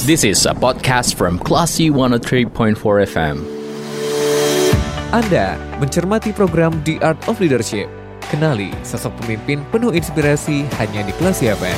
This is a podcast from Classy 103.4 FM. Anda mencermati program The Art of Leadership. Kenali sosok pemimpin penuh inspirasi hanya di Classy FM.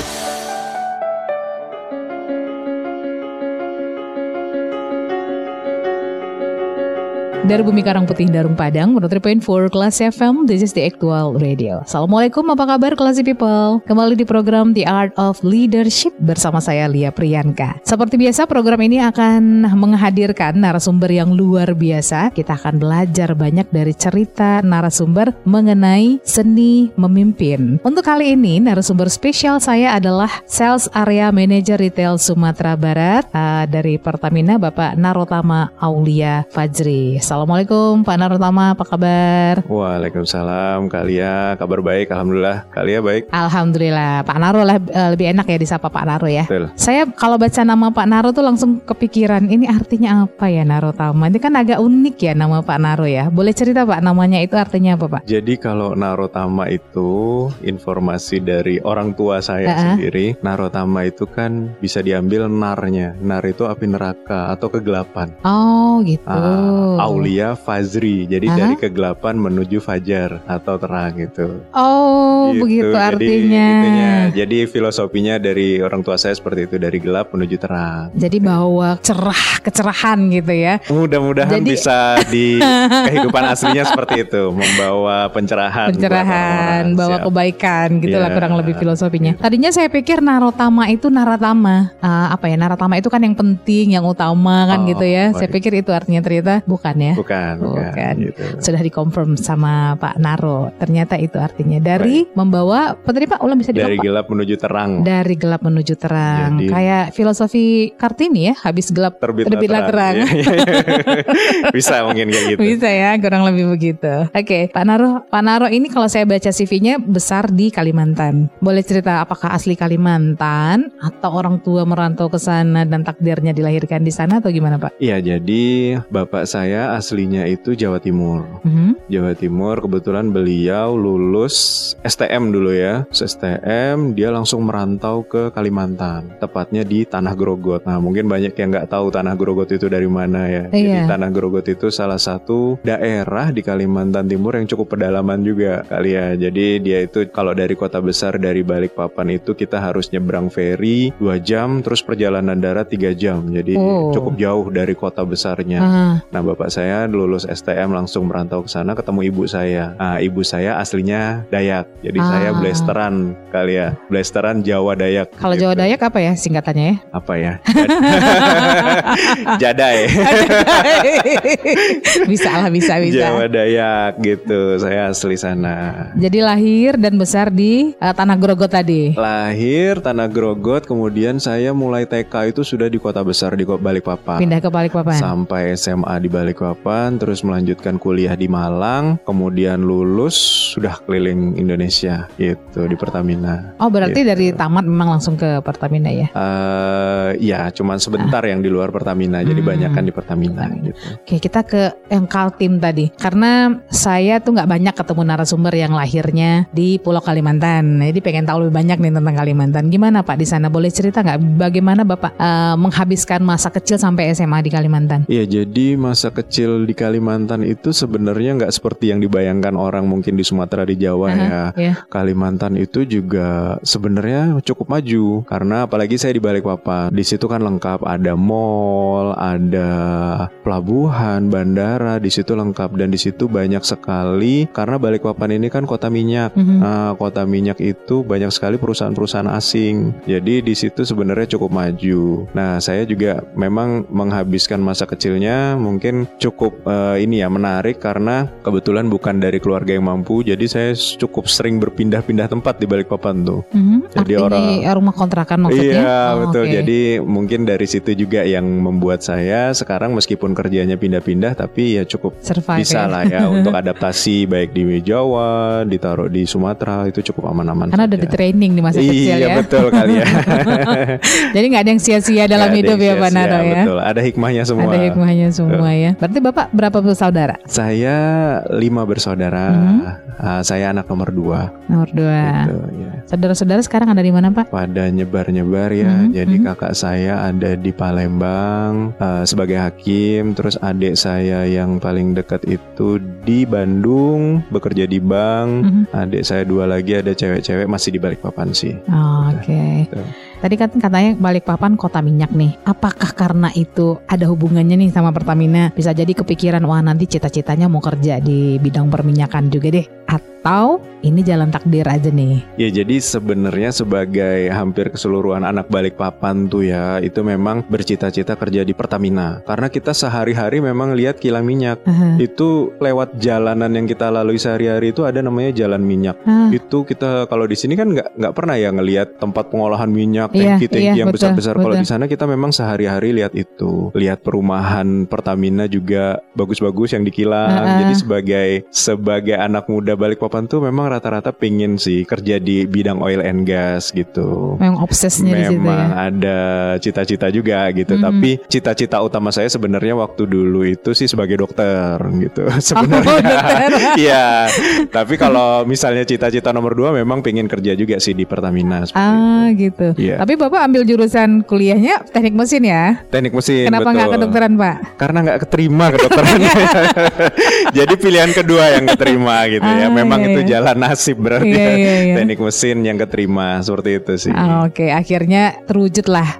Dari Bumi Karang Putih Darung Padang, 103.4 Classy FM, this is the actual radio. Assalamualaikum, apa kabar Classy People? Kembali di program The Art of Leadership bersama saya Lia Priyanka. Seperti biasa, program ini akan menghadirkan narasumber yang luar biasa. Kita akan belajar banyak dari cerita narasumber mengenai seni memimpin. Untuk kali ini, narasumber spesial saya adalah Sales Area Manager Retail Sumatera Barat dari Pertamina, Bapak Narotama Aulia Fajri. Assalamualaikum Pak Narotama, apa kabar? Waalaikumsalam Kak Lia, kabar baik, Alhamdulillah. Kak Lia baik? Alhamdulillah, Pak Naro lebih enak ya disapa Pak Naro ya. Betul. Saya kalau baca nama Pak Naro tuh langsung kepikiran, ini artinya apa ya Narotama? Ini kan agak unik ya nama Pak Naro ya. Boleh cerita Pak, namanya itu artinya apa Pak? Jadi kalau Narotama itu informasi dari orang tua saya sendiri. Narotama itu kan bisa diambil narnya. Nar itu api neraka atau kegelapan. Oh gitu. Aulia Fajri, jadi dari kegelapan menuju fajar atau terang gitu. Oh gitu. Begitu artinya. Jadi filosofinya dari orang tua saya seperti itu, dari gelap menuju terang. Jadi bawa kecerahan gitu ya. Mudah-mudahan bisa di kehidupan aslinya seperti itu, membawa pencerahan, bawa kebaikan gitulah kurang lebih filosofinya. Tadinya saya pikir Narotama itu Naratama. Naratama itu kan yang penting, yang utama kan gitu ya. Saya pikir itu artinya, ternyata bukan ya. Bukan. Gitu. Sudah dikonfirm sama Pak Naro. Ternyata itu artinya dari membawa tadi Pak ulang bisa dari gelap menuju terang. Dari gelap menuju terang. Jadi, kayak filosofi Kartini ya, habis gelap terbitlah terang. Bisa mungkin kayak gitu. Bisa ya, kurang lebih begitu. Oke, Pak Naro ini kalau saya baca CV-nya besar di Kalimantan. Boleh cerita apakah asli Kalimantan atau orang tua merantau ke sana dan takdirnya dilahirkan di sana atau gimana Pak? Iya, jadi bapak saya aslinya itu Jawa Timur. Jawa Timur, kebetulan beliau lulus STM dulu ya. STM dia langsung merantau ke Kalimantan, tepatnya di Tanah Grogot. Nah, mungkin banyak yang nggak tahu Tanah Grogot itu dari mana ya. Jadi Tanah Grogot itu salah satu daerah di Kalimantan Timur yang cukup pedalaman juga kali ya. Jadi dia itu kalau dari kota besar, dari Balikpapan itu kita harus nyebrang feri 2 jam, terus perjalanan darat 3 jam. Jadi cukup jauh dari kota besarnya. Nah, bapak saya lulus STM langsung merantau ke sana, ketemu ibu saya. Nah, ibu saya aslinya Dayak. Jadi saya blasteran kali ya. Blasteran Jawa Dayak. Kalau gitu. Jawa Dayak apa ya singkatannya ya? Apa ya? Jadai. Bisa. Jawa Dayak gitu. Saya asli sana. Jadi lahir dan besar di Tanah Grogot tadi. Lahir Tanah Grogot, kemudian saya mulai TK itu sudah di kota besar di Balikpapan. Pindah ke Balikpapan. Sampai SMA di Balikpapan, terus melanjutkan kuliah di Malang, kemudian lulus sudah keliling Indonesia gitu di Pertamina. Oh, berarti gitu. Dari tamat memang langsung ke Pertamina ya? Ya, cuman sebentar yang di luar Pertamina, jadi banyakan di Pertamina gitu. Oke, kita ke yang Kaltim tadi. Karena saya tuh nggak banyak ketemu narasumber yang lahirnya di Pulau Kalimantan. Jadi pengen tahu lebih banyak nih tentang Kalimantan. Gimana Pak di sana? Boleh cerita nggak bagaimana Bapak menghabiskan masa kecil sampai SMA di Kalimantan? Iya, jadi masa kecil di Kalimantan itu sebenarnya nggak seperti yang dibayangkan orang mungkin di Sumatera, di Jawa ya. Kalimantan itu juga sebenarnya cukup maju karena apalagi saya di Balikpapan. Di situ kan lengkap, ada mall, ada pelabuhan, bandara, di situ lengkap, dan di situ banyak sekali karena Balikpapan ini kan kota minyak. Nah, kota minyak itu banyak sekali perusahaan-perusahaan asing. Jadi di situ sebenarnya cukup maju. Nah, saya juga memang menghabiskan masa kecilnya mungkin cukup menarik karena kebetulan bukan dari keluarga yang mampu, jadi saya cukup sering berpindah-pindah tempat di Balikpapan tuh. Jadi rumah kontrakan maksudnya? Iya, betul. Okay. Jadi mungkin dari situ juga yang membuat saya sekarang meskipun kerjanya pindah-pindah tapi ya cukup survive, bisa lah ya untuk adaptasi baik di Jawa, ditaruh di Sumatera itu cukup aman-aman. Karena udah di training di masa kecil ya. Iya, betul kali ya. Jadi nggak ada yang sia-sia dalam hidup ya Pak Naro ya. Betul, ada hikmahnya semua. Ada hikmahnya semua ya. Berarti Bapak berapa bersaudara? Saya 5 bersaudara. Saya anak nomor 2. Nomor 2. Gitu, ya. Saudara-saudara sekarang ada di mana, Pak? Pada nyebar-nyebar ya. Jadi kakak saya ada di Palembang sebagai hakim. Terus adik saya yang paling dekat itu di Bandung, bekerja di bank. Adik saya 2 lagi ada cewek-cewek masih di Balikpapan sih. Oke. Gitu. Tadi kan katanya Balikpapan kota minyak nih. Apakah karena itu ada hubungannya nih sama Pertamina? Bisa jadi kepikiran, wah nanti cita-citanya mau kerja di bidang perminyakan juga deh. Atau ini jalan takdir aja nih? Ya jadi sebenarnya sebagai hampir keseluruhan anak Balikpapan tuh ya, itu memang bercita-cita kerja di Pertamina. Karena kita sehari-hari memang lihat kilang minyak. Itu lewat jalanan yang kita lalui sehari-hari itu ada namanya jalan minyak. Itu kita kalau di sini kan nggak pernah ya ngelihat tempat pengolahan minyak, tangki-tangki yang besar-besar. Kalau di sana kita memang sehari-hari lihat itu, lihat perumahan Pertamina juga bagus-bagus yang di kilang. Jadi sebagai anak muda Balikpapan tuh memang rata-rata pingin sih kerja di bidang oil and gas gitu. Memang obsesnya di situ ya. Memang ada cita-cita juga gitu. Tapi cita-cita utama saya sebenarnya waktu dulu itu sih sebagai dokter gitu. Sebenarnya. Iya. Tapi kalau misalnya cita-cita nomor 2 memang pingin kerja juga sih di Pertamina. Gitu. Yeah. Tapi Bapak ambil jurusan kuliahnya teknik mesin ya? Teknik mesin. Kenapa nggak kedokteran, Pak? Karena nggak keterima kedokteran. Jadi pilihan kedua yang keterima gitu ya. Memang itu jalan nasib berarti. Teknik mesin yang keterima seperti itu sih. Oke, akhirnya terwujud lah.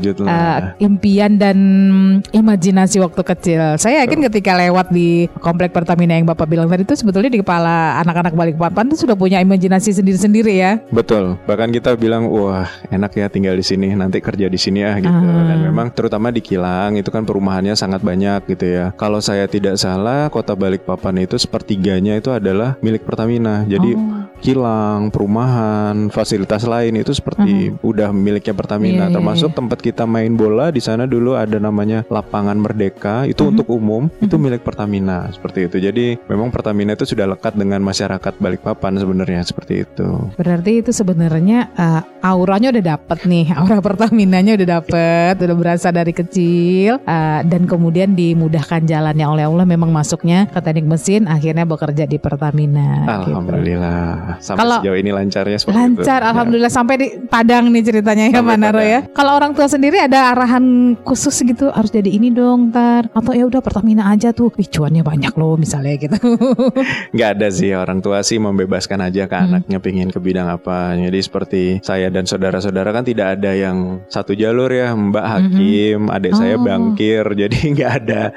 Impian dan imajinasi waktu kecil. Saya yakin ketika lewat di komplek Pertamina yang Bapak bilang tadi itu sebetulnya di kepala anak-anak Balikpapan itu sudah punya imajinasi sendiri-sendiri ya. Betul. Bahkan kita bilang wah enak ya tinggal di sini, nanti kerja di sini ya gitu. Dan memang terutama di kilang itu kan perumahannya sangat banyak gitu ya. Kalau saya tidak salah kota Balikpapan itu sepertiganya itu adalah milik Pertamina. Jadi kilang, perumahan, fasilitas lain itu seperti udah miliknya Pertamina. Termasuk tempat kita main bola di sana dulu ada namanya Lapangan Merdeka, itu untuk umum, itu milik Pertamina seperti itu. Jadi memang Pertamina itu sudah lekat dengan masyarakat Balikpapan sebenarnya seperti itu. Berarti itu sebenarnya auranya udah dapet nih, aura Pertaminanya udah dapet, udah berasa dari kecil, dan kemudian dimudahkan jalannya oleh Allah, memang masuknya ke teknik mesin, akhirnya bekerja di Pertamina. Alhamdulillah. Sampai sejauh ini lancarnya seperti itu. Lancar, alhamdulillah. Sampai di Padang nih ceritanya ya, Manaro ya. Kalau orang tua sendiri ada arahan khusus gitu, harus jadi ini dong ntar, atau ya udah Pertamina aja tuh, cuannya banyak loh misalnya gitu. Nggak ada sih, orang tua sih membebaskan aja ke anaknya pingin ke bidang apa. Jadi seperti saya dan saudara-saudara kan tidak ada yang satu jalur ya, Mbak hakim, adik saya bankir, jadi nggak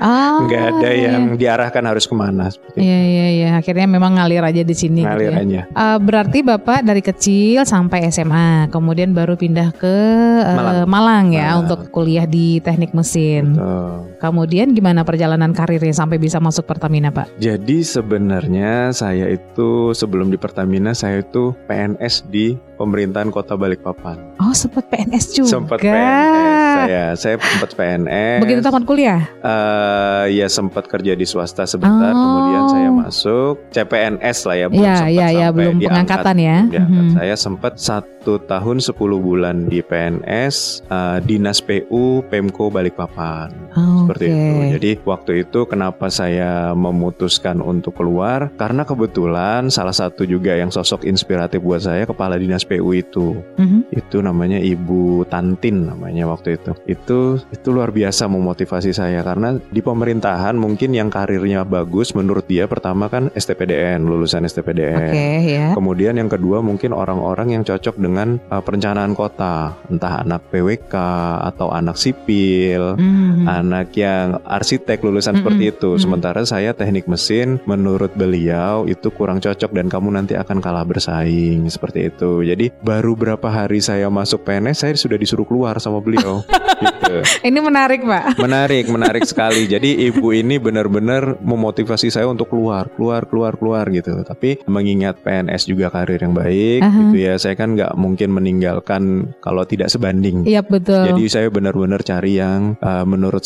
ada yang diarahkan harus kemana. Iya. Akhirnya memang ngalir aja di sini. Ngalir gitu ya. aja. Berarti Bapak dari kecil sampai SMA, kemudian baru pindah ke Malang ya untuk kuliah di teknik mesin. Betul. Kemudian gimana perjalanan karirnya sampai bisa masuk Pertamina, Pak? Jadi sebenarnya saya itu sebelum di Pertamina saya itu PNS di pemerintahan Kota Balikpapan. Oh, sempat PNS juga. Sempat PNS saya sempat PNS. Begitu tamat kuliah? Ya sempat kerja di swasta sebentar, kemudian saya masuk CPNS lah ya, belum sempat sampai belum pengangkatan ya. Saya sempat 1 tahun 10 bulan di PNS Dinas PU Pemko Balikpapan. Seperti itu. Jadi waktu itu kenapa saya memutuskan untuk keluar, karena kebetulan salah satu juga yang sosok inspiratif buat saya kepala Dinas PU itu. Itu namanya Ibu Tantin namanya waktu itu. Itu luar biasa memotivasi saya, karena di pemerintahan mungkin yang karirnya bagus menurut dia pertama kan STPDN, lulusan STPDN. Kemudian yang kedua mungkin orang-orang yang cocok dengan perencanaan kota, entah anak PWK atau anak sipil, anak yang arsitek lulusan seperti itu. Sementara saya teknik mesin, menurut beliau itu kurang cocok dan kamu nanti akan kalah bersaing seperti itu. Jadi baru berapa hari saya masuk PNS saya sudah disuruh keluar sama beliau. Gitu. Ini menarik, Pak. Menarik sekali. Jadi ibu ini benar-benar memotivasi saya untuk keluar gitu. Tapi mengingat PNS juga karir yang baik gitu ya, saya kan nggak mungkin meninggalkan kalau tidak sebanding. Iya, betul. Jadi saya benar-benar cari yang menurut saya sebanding.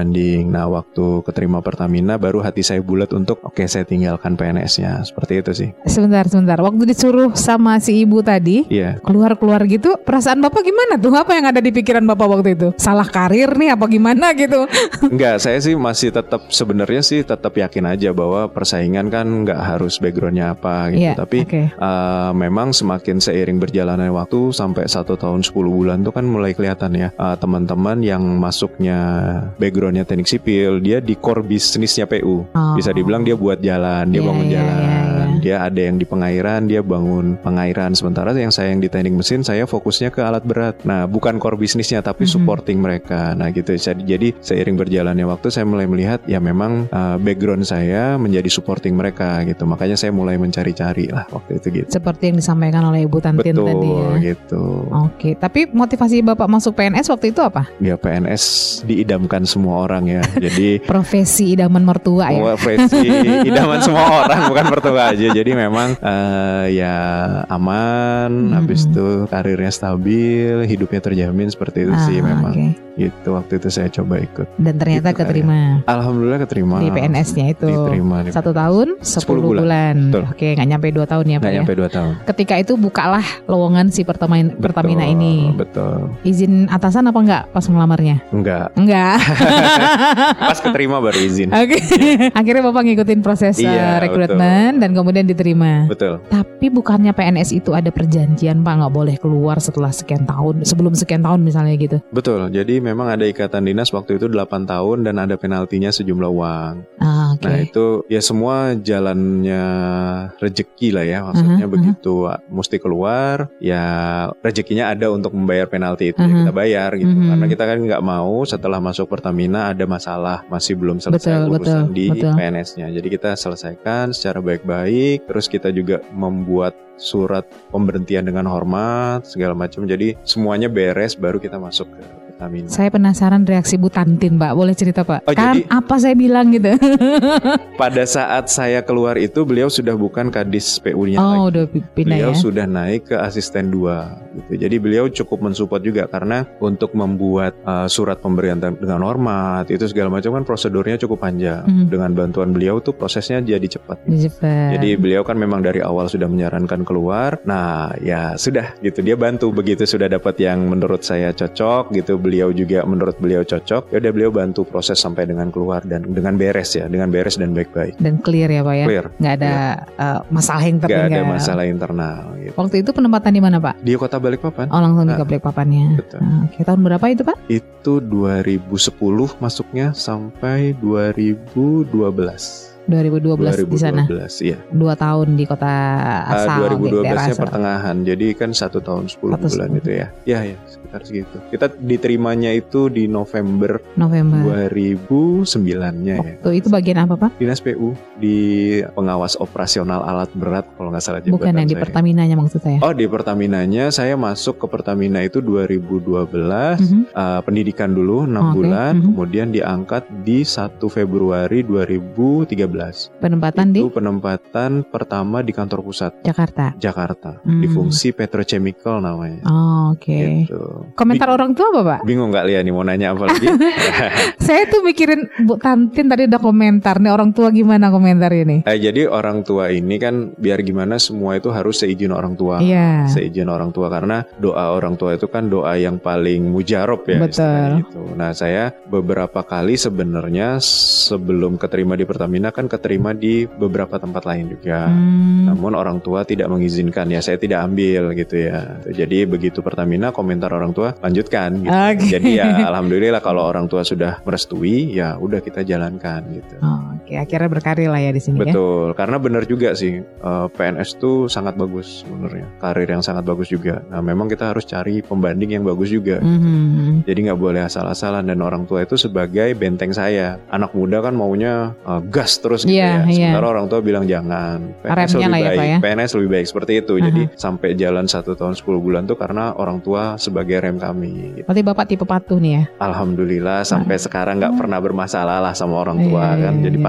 berbanding. Nah waktu keterima Pertamina baru hati saya bulat untuk oke, saya tinggalkan PNS-nya. Seperti itu sih. Sebentar. Waktu disuruh sama si ibu tadi, keluar gitu, perasaan Bapak gimana tuh? Apa yang ada di pikiran Bapak waktu itu? Salah karir nih apa gimana gitu? Enggak, saya sih masih sebenarnya tetap yakin aja bahwa persaingan kan nggak harus backgroundnya apa gitu. Tapi memang semakin seiring berjalannya waktu sampai 1 tahun 10 bulan tuh kan mulai kelihatan ya teman-teman yang masuknya backgroundnya teknik sipil, dia di core bisnisnya PU. Bisa dibilang dia buat jalan, dia bangun jalan. Dia ada yang di pengairan, dia bangun pengairan. Sementara yang di teknik mesin, saya fokusnya ke alat berat. Nah, bukan core bisnisnya tapi supporting mereka. Nah, gitu. Jadi seiring berjalannya waktu saya mulai melihat ya memang background saya menjadi supporting mereka gitu. Makanya saya mulai mencari-cari lah waktu itu gitu. Seperti yang disampaikan oleh Ibu Tantin tadi ya. Betul, gitu. Oke, tapi motivasi Bapak masuk PNS waktu itu apa? Ya PNS diidamkan semua orang ya. Jadi profesi idaman mertua ya. Profesi idaman semua orang, bukan mertua aja. Jadi memang ya aman, habis itu karirnya stabil, hidupnya terjamin, seperti itu sih memang. Gitu waktu itu saya coba ikut. Dan ternyata gitu, keterima. Alhamdulillah keterima. Di PNS-nya itu. Diterima. 1 tahun 10 bulan. Oke, nggak nyampe 2 tahun ya Pak. Nggak nyampe 2 tahun. Ketika itu bukalah lowongan si Pertamina ini. Betul. Izin atasan apa enggak pas ngelamarnya? Enggak. Pas keterima baru izin. Oke. Akhirnya Bapak ngikutin proses rekrutmen dan kemudian diterima. Betul. Tapi bukannya PNS itu ada perjanjian Pak, nggak boleh keluar setelah sekian tahun, sebelum sekian tahun misalnya gitu? Betul. Jadi memang ada ikatan dinas waktu itu 8 tahun dan ada penaltinya sejumlah uang. Nah itu ya semua jalannya rezeki lah ya, maksudnya begitu mesti keluar ya rezekinya ada untuk membayar penalti itu, ya kita bayar gitu. Karena kita kan nggak mau setelah masuk Pertamina ada masalah masih belum selesai urusan di PNS-nya. Jadi kita selesaikan secara baik-baik, terus kita juga membuat surat pemberhentian dengan hormat segala macam. Jadi semuanya beres baru kita masuk ke Pertamina. Saya penasaran reaksi Bu Tantin, Pak. Boleh cerita, Pak? Kan jadi, apa saya bilang gitu. Pada saat saya keluar itu beliau sudah bukan Kadis PU-nya lagi. Udah pindah. Beliau sudah naik ke asisten 2 gitu. Jadi beliau cukup mensupport juga karena untuk membuat surat pemberhentian dengan hormat itu segala macam kan prosedurnya cukup panjang. Dengan bantuan beliau tuh prosesnya jadi cepat. Jadi beliau kan memang dari awal sudah menyarankan keluar. Nah, ya sudah gitu. Dia bantu begitu sudah dapat yang menurut saya cocok gitu. Beliau juga menurut beliau cocok. Ya udah beliau bantu proses sampai dengan keluar dan dengan beres dan baik-baik. Dan clear ya Pak ya. Clear. Nggak ada masalah internal. Nggak ada masalah internal. Gitu. Waktu itu penempatan di mana Pak? Di Kota Balikpapan. Oh langsung di Balikpapannya. Betul. Oke, tahun berapa itu Pak? Itu 2010 masuknya sampai 2012. 2012 di sana. 2012, iya. 2 tahun di kota asal. 2012-nya pertengahan. Jadi kan 1 tahun 10 bulan itu ya. Ya, sekitar segitu. Kita diterimanya itu di November 2009-nya ya. Waktu itu bagian apa Pak? Dinas PU di pengawas operasional alat berat kalau nggak salah jabatan. Bukan yang di Pertaminanya maksud saya. Oh, di Pertaminanya saya masuk ke Pertamina itu 2012. Pendidikan dulu 6 bulan, kemudian diangkat di 1 Februari 2013. Penempatan itu penempatan pertama di kantor pusat Jakarta. Di fungsi petrochemical namanya. Oke. Gitu. Komentar orang tua apa Pak? Bingung nggak Lia nih mau nanya apa lagi? Saya tuh mikirin Bu Tantin tadi udah komentar nih, orang tua gimana komentar ini? Jadi orang tua ini kan biar gimana semua itu harus seizin orang tua. Seizin orang tua karena doa orang tua itu kan doa yang paling mujarab ya. Betul. Gitu. Nah saya beberapa kali sebenarnya sebelum keterima di Pertamina kan keterima di beberapa tempat lain juga. Namun orang tua tidak mengizinkan ya, saya tidak ambil gitu ya. Jadi begitu Pertamina komentar orang tua lanjutkan gitu. Jadi ya alhamdulillah kalau orang tua sudah merestui ya udah kita jalankan gitu. Akhirnya berkarir lah ya di sini. Betul, karena benar juga sih PNS tuh sangat bagus sebenarnya. Karir yang sangat bagus juga. Nah memang kita harus cari pembanding yang bagus juga. Jadi nggak boleh asal-asalan dan orang tua itu sebagai benteng saya. Anak muda kan maunya gas terus gitu ya. Sementara orang tua bilang jangan. PNS lebih baik. Ya? PNS lebih baik seperti itu. Jadi sampai jalan 1 tahun 10 bulan tuh karena orang tua sebagai rem kami. Gitu. Berarti Bapak tipe patuh nih ya? Alhamdulillah sampai sekarang nggak pernah bermasalah lah sama orang tua kan. Jadi patuh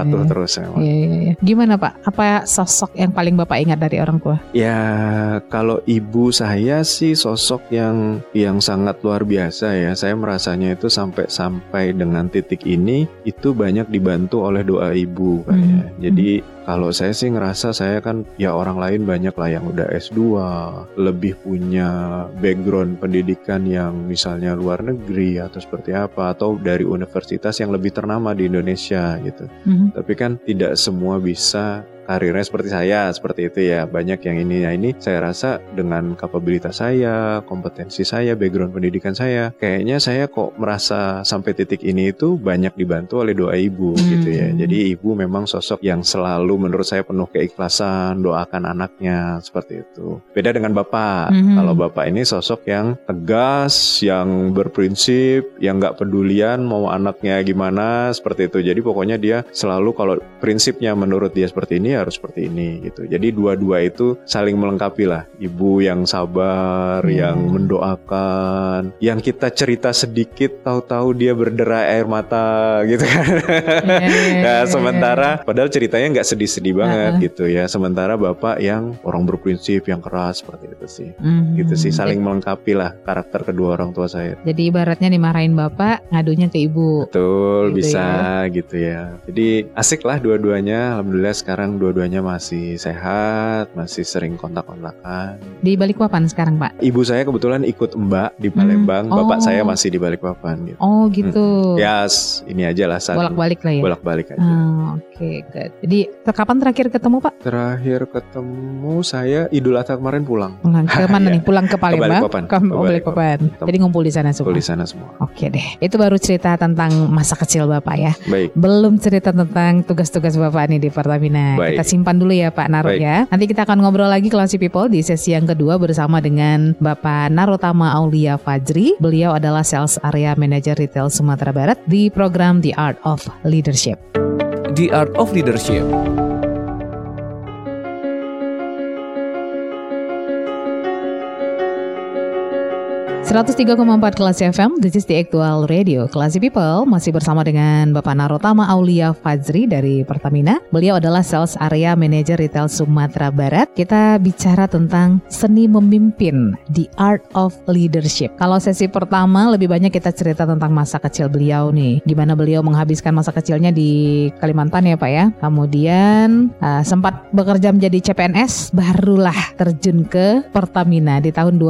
patuh terus memang. Iya. Gimana Pak? Apa sosok yang paling Bapak ingat dari orang tua? Ya kalau ibu saya sih sosok yang sangat luar biasa ya. Saya merasanya itu sampai dengan titik ini itu banyak dibantu oleh doa ibu kan ya. Jadi kalau saya sih ngerasa saya kan ya orang lain banyak lah yang udah S2, lebih punya background pendidikan yang misalnya luar negeri atau seperti apa, atau dari universitas yang lebih ternama di Indonesia gitu. Tapi kan tidak semua bisa karirnya seperti saya, seperti itu ya. Banyak yang ini. Nah ini saya rasa dengan kapabilitas saya, kompetensi saya, background pendidikan saya, kayaknya saya kok merasa sampai titik ini itu banyak dibantu oleh doa ibu gitu ya. Jadi ibu memang sosok yang selalu menurut saya penuh keikhlasan, doakan anaknya, seperti itu. Beda dengan bapak. Kalau bapak ini sosok yang tegas, yang berprinsip, yang gak pedulian mau anaknya gimana, seperti itu. Jadi pokoknya dia selalu kalau prinsipnya menurut dia seperti ini, harus seperti ini gitu. Jadi dua-dua itu saling melengkapi lah. Ibu yang sabar, yang mendoakan, yang kita cerita sedikit tahu-tahu dia berderai air mata gitu kan. Nah, sementara padahal ceritanya nggak sedih-sedih banget gitu ya. Sementara bapak yang orang berprinsip, yang keras, seperti itu sih. Gitu sih, saling melengkapi lah karakter kedua orang tua saya. Jadi ibaratnya dimarahin bapak, ngadunya ke ibu. Betul, gitu bisa ya. Gitu ya. Jadi asik lah dua-duanya. Alhamdulillah sekarang dua-duanya masih sehat, masih sering kontak-kontakan. Di Balikpapan sekarang Pak? Ibu saya kebetulan ikut Mbak di Palembang, bapak saya masih di Balikpapan gitu. Oh gitu. Ya ini aja lah. Bolak-balik lah ya? Bolak-balik aja. Oke, good. Jadi kapan terakhir ketemu Pak? Terakhir ketemu saya Idul Adha kemarin pulang. Ke mana nih? Pulang ke Palembang? Ke Balikpapan. Jadi ngumpul di sana semua? Ngumpul di sana semua. Oke deh. Itu baru cerita tentang masa kecil Bapak ya. Baik. Belum cerita tentang tugas-tugas Bapak nih di Pertamina. Baik. Kita simpan dulu ya Pak Naro ya. Nanti kita akan ngobrol lagi Classy People di sesi yang kedua bersama dengan Bapak Narotama Aulia Fajri. Beliau adalah Sales Area Manager Retail Sumatera Barat di program The Art of Leadership. The Art of Leadership. 103,4 Classy FM, this is the actual radio. Classy People masih bersama dengan Bapak Narotama Aulia Fajri dari Pertamina. Beliau adalah Sales Area Manager Retail Sumatera Barat. Kita bicara tentang seni memimpin, the art of leadership. Kalau sesi pertama lebih banyak kita cerita tentang masa kecil beliau nih. Gimana beliau menghabiskan masa kecilnya di Kalimantan ya Pak ya. Kemudian sempat bekerja menjadi CPNS, barulah terjun ke Pertamina di tahun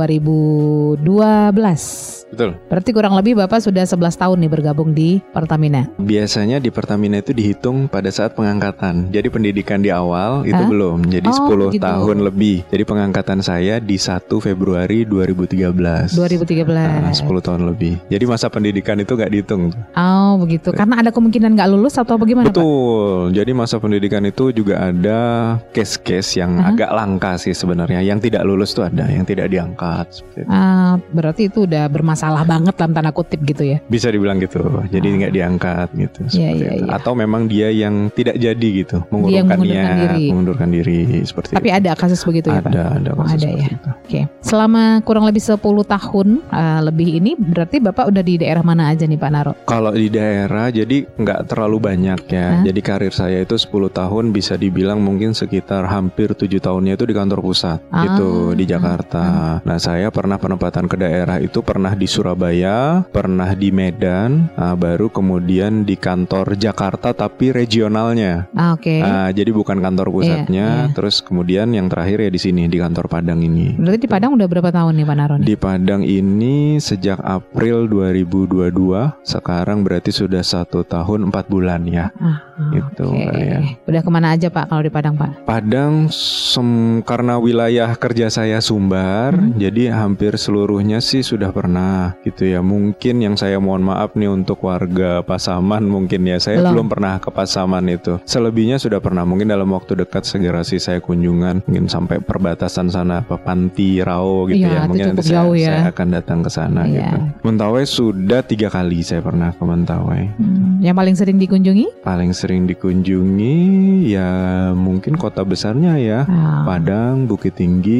2012. Betul. Berarti kurang lebih Bapak sudah 11 tahun nih bergabung di Pertamina. Biasanya di Pertamina itu dihitung pada saat pengangkatan. Jadi pendidikan di awal itu belum. Jadi 10 gitu. Tahun lebih. Jadi pengangkatan saya di 1 Februari 2013. 10 tahun lebih. Jadi masa pendidikan itu gak dihitung. Oh begitu. Karena ada kemungkinan gak lulus atau bagaimana Betul. Pak? Jadi masa pendidikan itu juga ada case-case yang agak langka sih sebenarnya. Yang tidak lulus tuh ada. Yang tidak diangkat seperti itu. Berarti itu udah bermasalah banget dalam tanda kutip gitu ya. Bisa dibilang gitu. Jadi nggak diangkat gitu. Iya. Atau memang dia yang tidak jadi gitu, mengundurkan diri seperti Tapi itu. Ada kasus begitu ya Pak? Ada kasus seperti ya. itu. Oke. Selama kurang lebih 10 tahun lebih ini berarti Bapak udah di daerah mana aja nih Pak Naro? Kalau di daerah jadi nggak terlalu banyak ya. Jadi karir saya itu 10 tahun bisa dibilang mungkin sekitar hampir 7 tahunnya itu di kantor pusat itu di Jakarta. Nah saya pernah penempatan ke daerah itu pernah di Surabaya, pernah di Medan, baru kemudian di kantor Jakarta tapi regionalnya. Jadi bukan kantor pusatnya. Terus kemudian yang terakhir ya di sini di kantor Padang ini. Berarti di Padang udah berapa tahun nih Pak Naron? Di Padang ini sejak April 2022, sekarang berarti sudah 1 tahun 4 bulan ya. Gitu ya. Udah kemana aja Pak kalau di Padang Pak? Padang karena wilayah kerja saya Sumbar, jadi hampir seluruhnya sih sudah pernah gitu ya. Mungkin yang saya mohon maaf nih untuk warga Pasaman mungkin ya, saya belum pernah ke Pasaman itu. Selebihnya sudah pernah, mungkin dalam waktu dekat segera sih saya kunjungan, mungkin sampai perbatasan sana Panti Rao gitu ya. Mungkin nanti saya akan datang ke sana gitu. Mentawai sudah 3 kali saya pernah ke Mentawai. Yang paling sering dikunjungi? Paling sering dikunjungi ya mungkin kota besarnya ya, Padang, Bukit Tinggi.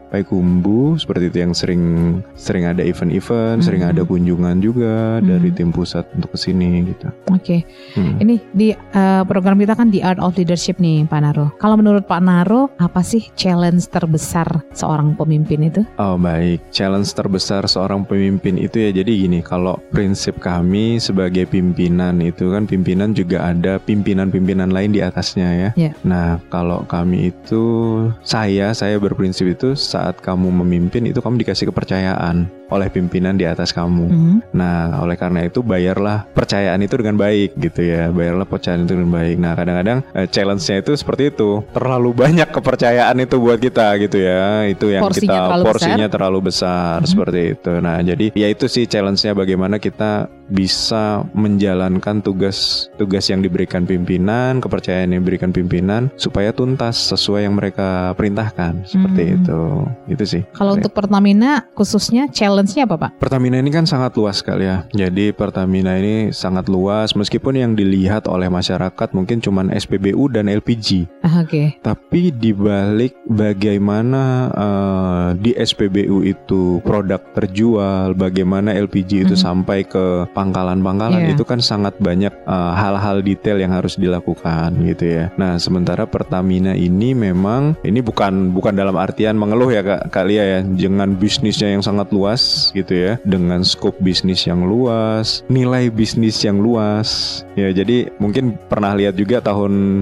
Payakumbuh seperti itu yang sering ada event-event, sering ada kunjungan juga dari tim pusat untuk kesini gitu. Oke. Ini di program kita kan The Art of Leadership nih Pak Naro. Kalau menurut Pak Naro, apa sih challenge terbesar seorang pemimpin itu? Oh baik, challenge terbesar seorang pemimpin itu ya jadi gini, kalau prinsip kami sebagai pimpinan itu kan pimpinan juga ada pimpinan-pimpinan lain di atasnya ya. Nah kalau kami itu, saya berprinsip itu saat kamu memimpin itu kamu dikasih kepercayaan oleh pimpinan di atas kamu. Nah oleh karena itu bayarlah percayaan itu dengan baik gitu ya, bayarlah percayaan itu dengan baik. Nah kadang-kadang challenge-nya itu seperti itu, terlalu banyak kepercayaan itu buat kita gitu ya, itu yang porsinya terlalu besar seperti itu. Nah jadi ya itu sih challenge-nya, bagaimana kita bisa menjalankan tugas yang diberikan pimpinan, kepercayaan yang diberikan pimpinan supaya tuntas sesuai yang mereka perintahkan seperti itu sih. Kalau untuk Pertamina khususnya challenge-nya apa Pak? Pertamina ini kan sangat luas sekali ya. Jadi Pertamina ini sangat luas, meskipun yang dilihat oleh masyarakat mungkin cuman SPBU dan LPG. Tapi dibalik bagaimana di SPBU itu produk terjual, bagaimana LPG itu sampai ke pangkalan-pangkalan, itu kan sangat banyak hal-hal detail yang harus dilakukan gitu ya. Nah sementara Pertamina ini memang ini bukan dalam artian mengeluh ya Kak Lia ya, dengan bisnisnya yang sangat luas gitu ya, dengan skop bisnis yang luas, nilai bisnis yang luas ya. Jadi mungkin pernah lihat juga tahun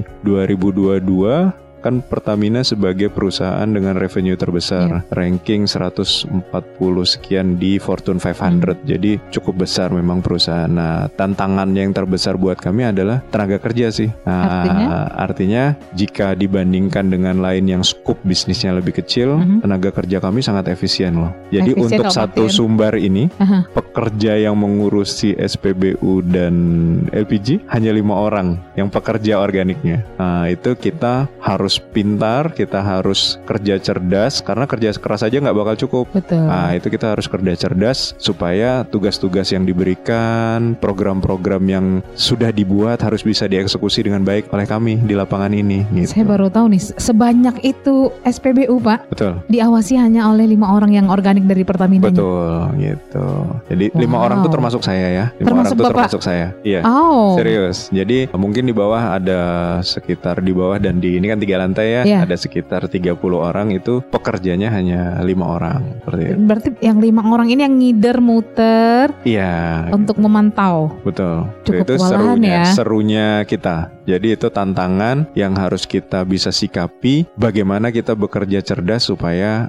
2022 kan Pertamina sebagai perusahaan dengan revenue terbesar, ranking 140 sekian di Fortune 500. Jadi cukup besar memang perusahaan. Nah, tantangannya yang terbesar buat kami adalah tenaga kerja sih. Nah, artinya jika dibandingkan dengan lain yang skup bisnisnya lebih kecil, tenaga kerja kami sangat efisien loh. Jadi untuk satu sumber ini, pekerja yang mengurusi SPBU dan LPG hanya 5 orang yang pekerja organiknya. Nah, itu kita harus pintar, kita harus kerja cerdas, karena kerja keras aja nggak bakal cukup. Nah itu kita harus kerja cerdas supaya tugas-tugas yang diberikan, program-program yang sudah dibuat harus bisa dieksekusi dengan baik oleh kami di lapangan ini gitu. Saya baru tahu nih, sebanyak itu SPBU Pak. Betul. Diawasi hanya oleh 5 orang yang organik dari Pertamina. Betul gitu. Jadi 5 orang itu termasuk saya ya. 5 termasuk orang itu Bapak? Termasuk saya. Iya. Serius. Jadi mungkin di bawah ada sekitar di bawah dan di ini kan 3 lantai ya, ada sekitar 30 orang, itu pekerjanya hanya 5 orang. Berarti yang 5 orang ini yang ngider muter untuk memantau. Betul. Cukup itu serunya kita. Jadi itu tantangan yang harus kita bisa sikapi, bagaimana kita bekerja cerdas supaya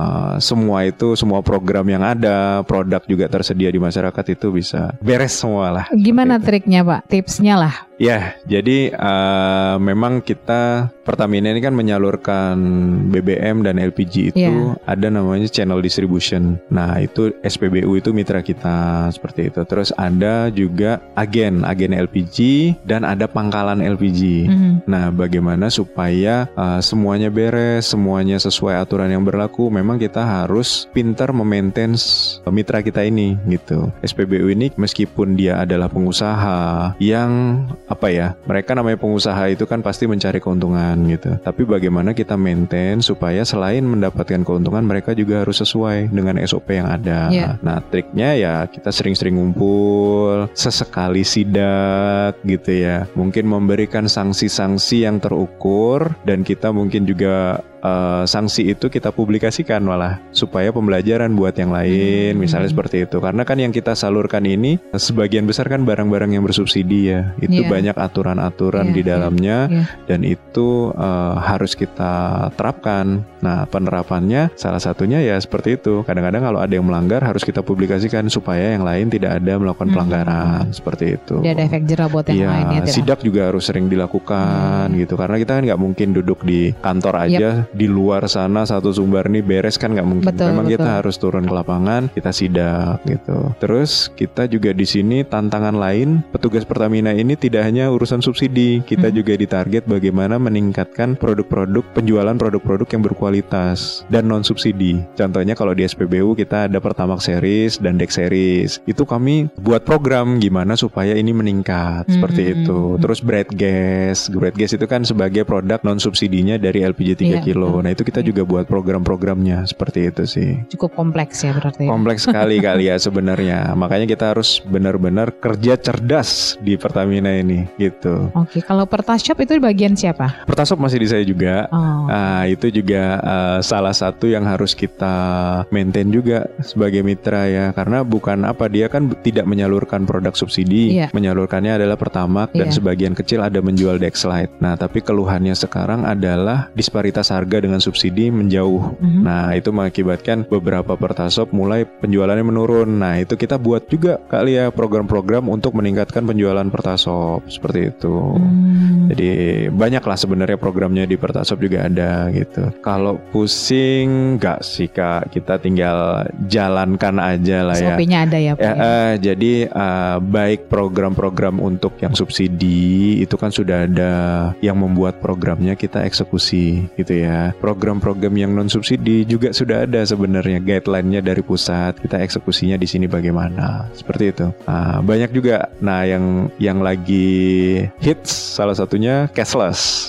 semua program yang ada, produk juga tersedia di masyarakat itu bisa beres semua lah. Gimana triknya Pak? Tipsnya lah. Ya, jadi memang kita Pertamina ini kan menyalurkan BBM dan LPG itu ada namanya channel distribution. Nah itu SPBU itu mitra kita seperti itu. Terus ada juga agen LPG dan ada pangkalan LPG. Nah bagaimana supaya semuanya beres, semuanya sesuai aturan yang berlaku. Memang kita harus pintar memaintain mitra kita ini gitu. SPBU ini meskipun dia adalah pengusaha yang mereka namanya pengusaha itu kan pasti mencari keuntungan gitu. Tapi bagaimana kita maintain supaya selain mendapatkan keuntungan, mereka juga harus sesuai dengan SOP yang ada. Nah triknya ya kita sering-sering ngumpul, sesekali sidak gitu ya. Mungkin memberikan sanksi-sanksi yang terukur, dan kita mungkin juga sanksi itu kita publikasikan malah supaya pembelajaran buat yang lain, misalnya seperti itu. Karena kan yang kita salurkan ini sebagian besar kan barang-barang yang bersubsidi ya. Itu banyak aturan-aturan di dalamnya dan itu harus kita terapkan. Nah penerapannya salah satunya ya seperti itu. Kadang-kadang kalau ada yang melanggar harus kita publikasikan supaya yang lain tidak ada melakukan pelanggaran seperti itu. Tidak ada efek jerah buat yang lain ya. Sidak juga harus sering dilakukan gitu. Karena kita kan nggak mungkin duduk di kantor aja. Di luar sana satu sumber nih beres kan nggak mungkin. Memang kita harus turun ke lapangan, kita sidak gitu. Terus kita juga di sini tantangan lain, petugas Pertamina ini tidak hanya urusan subsidi, kita juga ditarget bagaimana meningkatkan penjualan produk-produk yang berkualitas dan non subsidi. Contohnya kalau di SPBU kita ada Pertamax Series dan Dex Series. Itu kami buat program gimana supaya ini meningkat seperti itu. Terus Bright Gas itu kan sebagai produk non subsidinya dari LPG 3 kilo. loh. Nah itu kita juga buat program-programnya seperti itu sih. Cukup kompleks ya berarti. Kompleks sekali kali ya sebenarnya. Makanya kita harus benar-benar kerja cerdas di Pertamina ini gitu. Oke, kalau Pertashop itu bagian siapa? Pertashop masih di saya juga. Itu juga salah satu yang harus kita maintain juga sebagai mitra ya. Karena bukan apa, dia kan tidak menyalurkan produk subsidi. Menyalurkannya adalah Pertamax dan sebagian kecil ada menjual Dexlite. Nah tapi keluhannya sekarang adalah disparitas harga dengan subsidi menjauh. Nah itu mengakibatkan beberapa Pertashop mulai penjualannya menurun. Nah itu kita buat juga kali ya program-program untuk meningkatkan penjualan Pertashop seperti itu. Jadi banyaklah sebenarnya programnya di Pertashop juga ada gitu. Kalau pusing enggak sih Kak, kita tinggal jalankan aja lah ya. SOP-nya ada ya Pak. Jadi baik program-program untuk yang subsidi itu kan sudah ada yang membuat programnya, kita eksekusi gitu ya. Program-program yang non subsidi juga sudah ada sebenarnya guideline-nya dari pusat, kita eksekusinya di sini bagaimana seperti itu. Banyak juga. Nah yang lagi hits salah satunya cashless.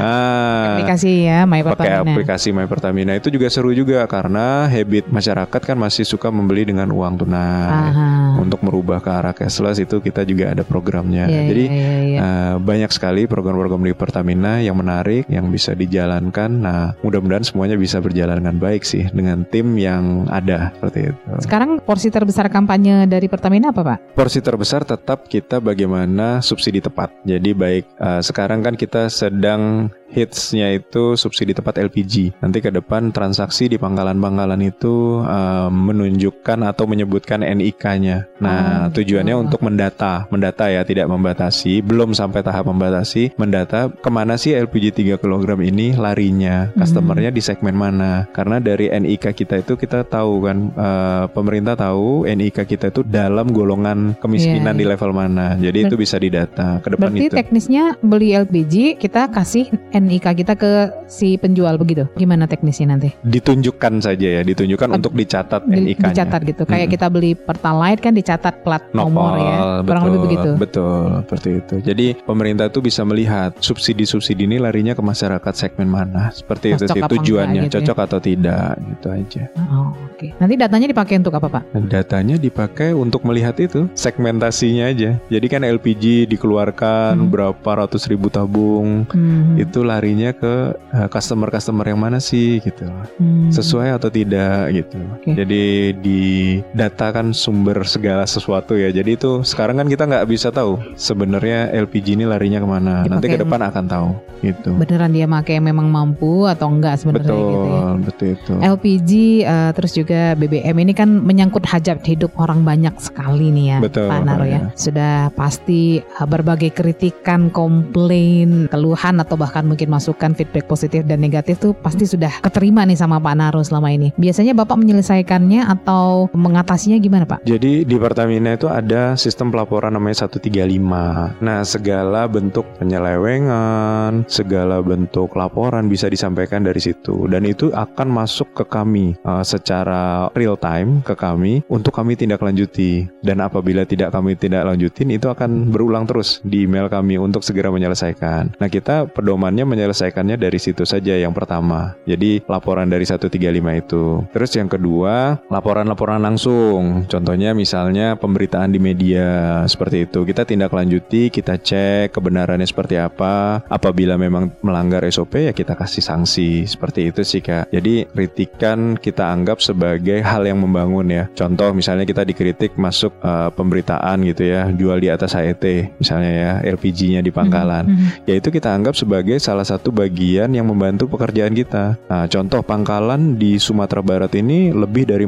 Aplikasi ya My Pertamina. Pakai aplikasi My Pertamina itu juga seru juga karena habit masyarakat kan masih suka membeli dengan uang tunai. Untuk merubah ke arah cashless itu kita juga ada programnya. Jadi banyak sekali program-program di Pertamina yang menarik, yang bisa dijalankan. Nah mudah-mudahan semuanya bisa berjalan dengan baik sih dengan tim yang ada seperti itu. Sekarang porsi terbesar kampanye dari Pertamina apa Pak? Porsi terbesar tetap kita bagaimana subsidi tepat. Jadi baik sekarang kan kita sedang hitsnya itu subsidi tepat LPG. Nanti ke depan transaksi di pangkalan-pangkalan itu menunjukkan atau menyebutkan NIK-nya. Nah tujuannya untuk mendata ya, tidak membatasi, belum sampai tahap membatasi, mendata kemana sih LPG 3 kg ini larinya, customernya di segmen mana. Karena dari NIK kita itu kita tahu kan, pemerintah tahu NIK kita itu dalam golongan kemiskinan di level mana. Jadi itu bisa didata ke depan. Berarti teknisnya beli LPG kita kasih NIK kita ke si penjual begitu? Gimana teknisnya nanti? Ditunjukkan saja ya, ditunjukkan untuk dicatat NIK-nya. Dicatat gitu, kayak kita beli Pertalite kan dicatat plat nomor ya, kurang lebih begitu. Betul, seperti itu. Jadi pemerintah tuh bisa melihat subsidi-subsidi ini larinya ke masyarakat segmen mana, seperti itu sih tujuannya, gitu cocok atau tidak, gitu aja. Oke. Nanti datanya dipakai untuk apa Pak? Datanya dipakai untuk melihat itu segmentasinya aja. Jadi kan LPG dikeluarkan berapa ratus ribu tabung, itu larinya ke customer-customer yang mana sih gitu, sesuai atau tidak gitu. Jadi didatakan sumber segala sesuatu ya. Jadi itu sekarang kan kita nggak bisa tahu sebenarnya LPG ini larinya kemana. Nanti ke depan akan tahu gitu. Beneran dia pakai memang mampu atau enggak sebenarnya gitu ya. Betul itu. LPG terus juga BBM ini kan menyangkut hajat hidup orang banyak sekali nih ya, Pak Naro ya. Sudah pasti berbagai kritikan, komplain, keluhan atau bahkan mungkin masukan feedback positif dan negatif tuh pasti sudah keterima nih sama Pak Naro selama ini. Biasanya Bapak menyelesaikannya atau mengatasinya gimana Pak? Jadi di Pertamina itu ada sistem pelaporan namanya 135. Nah segala bentuk penyelewengan, segala bentuk laporan bisa disampaikan dari situ. Dan itu akan masuk ke kami secara real time ke kami untuk kami tindak lanjuti. Dan apabila kami tidak lanjutin, itu akan berulang terus di email kami untuk segera menyelesaikan. Nah kita pedomannya menyelesaikannya dari situ saja yang pertama. Jadi laporan dari 135 itu. Terus yang kedua, laporan-laporan langsung. Contohnya misalnya pemberitaan di media seperti itu. Kita tindak lanjuti, kita cek kebenarannya seperti apa. Apabila memang melanggar SOP ya kita kasih sanksi. Seperti itu sih Kak. Jadi kritikan kita anggap sebagai hal yang membangun ya. Contoh misalnya kita dikritik masuk pemberitaan gitu ya, jual di atas HET misalnya ya, LPG-nya di pangkalan. Ya itu kita anggap sebagai salah satu bagian yang membantu pekerjaan kita. Nah, contoh pangkalan di Sumatera Barat ini lebih dari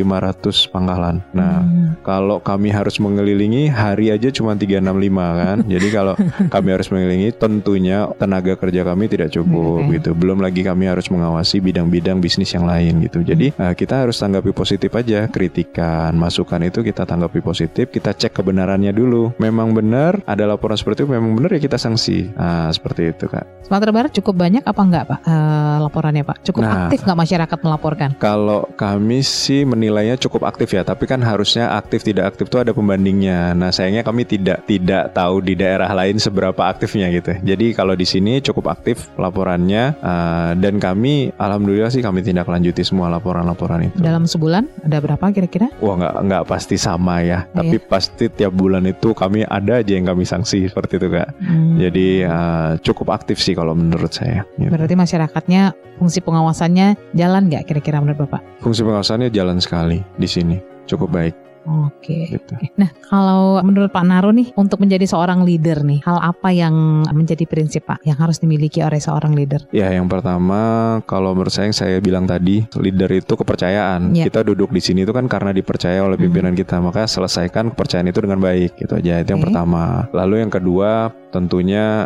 4.500 pangkalan. Nah, kalau kami harus mengelilingi hari aja cuma 365 kan. Jadi kalau kami harus mengelilingi tentunya tenaga kerja kami tidak cukup gitu. Belum lagi kami harus mengawasi bidang-bidang bisnis yang lain gitu. Jadi kita harus tanggapi positif aja, kritikan, masukan itu kita tanggapi positif, kita cek kebenarannya dulu. Memang benar ada laporan seperti itu, memang benar ya kita sanksi. Nah, seperti itu Kak. Sumatera Barat cukup banyak apa enggak Pak laporannya Pak? Cukup aktif nggak masyarakat melaporkan? Kalau kami sih menilainya cukup aktif ya, tapi kan harusnya aktif tidak aktif itu ada pembandingnya. Nah sayangnya kami tidak tahu di daerah lain seberapa aktifnya gitu. Jadi kalau di sini cukup aktif laporannya, Dan kami alhamdulillah sih kami tindak lanjuti semua laporan-laporan itu. Dalam sebulan ada berapa kira-kira? Wah nggak pasti sama ya, tapi pasti tiap bulan itu kami ada aja yang kami sanksi seperti itu Kak. Jadi cukup aktif sih kalau menurut saya. Gitu. Berarti masyarakatnya fungsi pengawasannya jalan nggak kira-kira menurut Bapak? Fungsi pengawasannya jalan sekali di sini, cukup baik. Oke. Gitu. Nah, kalau menurut Pak Naro nih, untuk menjadi seorang leader nih, hal apa yang menjadi prinsip Pak yang harus dimiliki oleh seorang leader? Ya, yang pertama, kalau menurut saya yang saya bilang tadi, leader itu kepercayaan. Kita duduk di sini itu kan karena dipercaya oleh pimpinan kita, maka selesaikan kepercayaan itu dengan baik. Gitu aja. Itu yang pertama. Lalu yang kedua, tentunya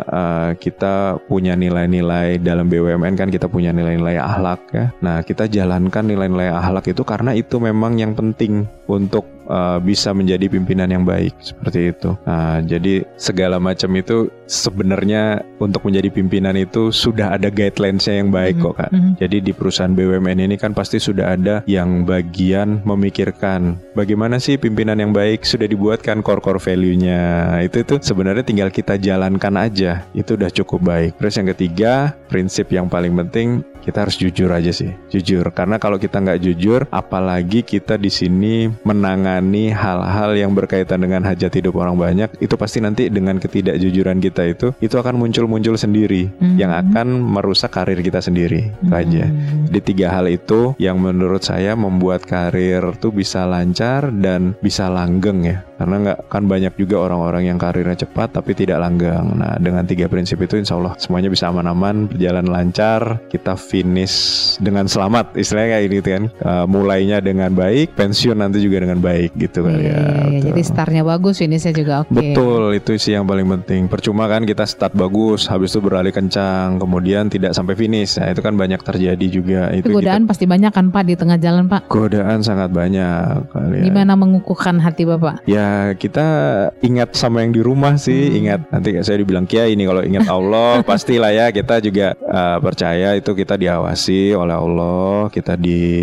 kita punya nilai-nilai dalam BUMN kan, kita punya nilai-nilai akhlak ya. Nah, kita jalankan nilai-nilai akhlak itu karena itu memang yang penting untuk bisa menjadi pimpinan yang baik seperti itu. Jadi segala macam itu sebenarnya untuk menjadi pimpinan itu sudah ada guidelines-nya yang baik kok Kak. Jadi di perusahaan BUMN ini kan pasti sudah ada yang bagian memikirkan bagaimana sih pimpinan yang baik, sudah dibuatkan core value-nya. Itu sebenarnya tinggal kita jalankan aja, itu udah cukup baik. Terus yang ketiga, prinsip yang paling penting, kita harus jujur aja sih, jujur. Karena kalau kita nggak jujur, apalagi kita di sini menangani hal-hal yang berkaitan dengan hajat hidup orang banyak, itu pasti nanti dengan ketidakjujuran kita itu akan muncul sendiri, yang akan merusak karir kita sendiri. Itu aja. Di 3 hal itu yang menurut saya membuat karir tuh bisa lancar dan bisa langgeng ya. Karena nggak kan banyak juga orang-orang yang karirnya cepat tapi tidak langgeng. Nah, dengan 3 prinsip itu insya Allah semuanya bisa aman-aman, berjalan lancar, kita finish dengan selamat, istilahnya kayak gitu kan. Mulainya dengan baik, pensiun nanti juga dengan baik gitu kan ya. Jadi startnya bagus, finishnya juga oke. Betul, itu sih yang paling penting. Percuma kan kita start bagus, habis itu berlari kencang, kemudian tidak sampai finish. Nah, itu kan banyak terjadi juga. Itu godaan pasti banyak kan Pak di tengah jalan Pak? Godaan sangat banyak. Gimana mengukuhkan hati Bapak? Ya kita ingat sama yang di rumah sih, ingat. Nanti saya dibilang Kiai ini kalau ingat Allah pastilah ya, kita juga percaya itu kita diawasi oleh Allah, kita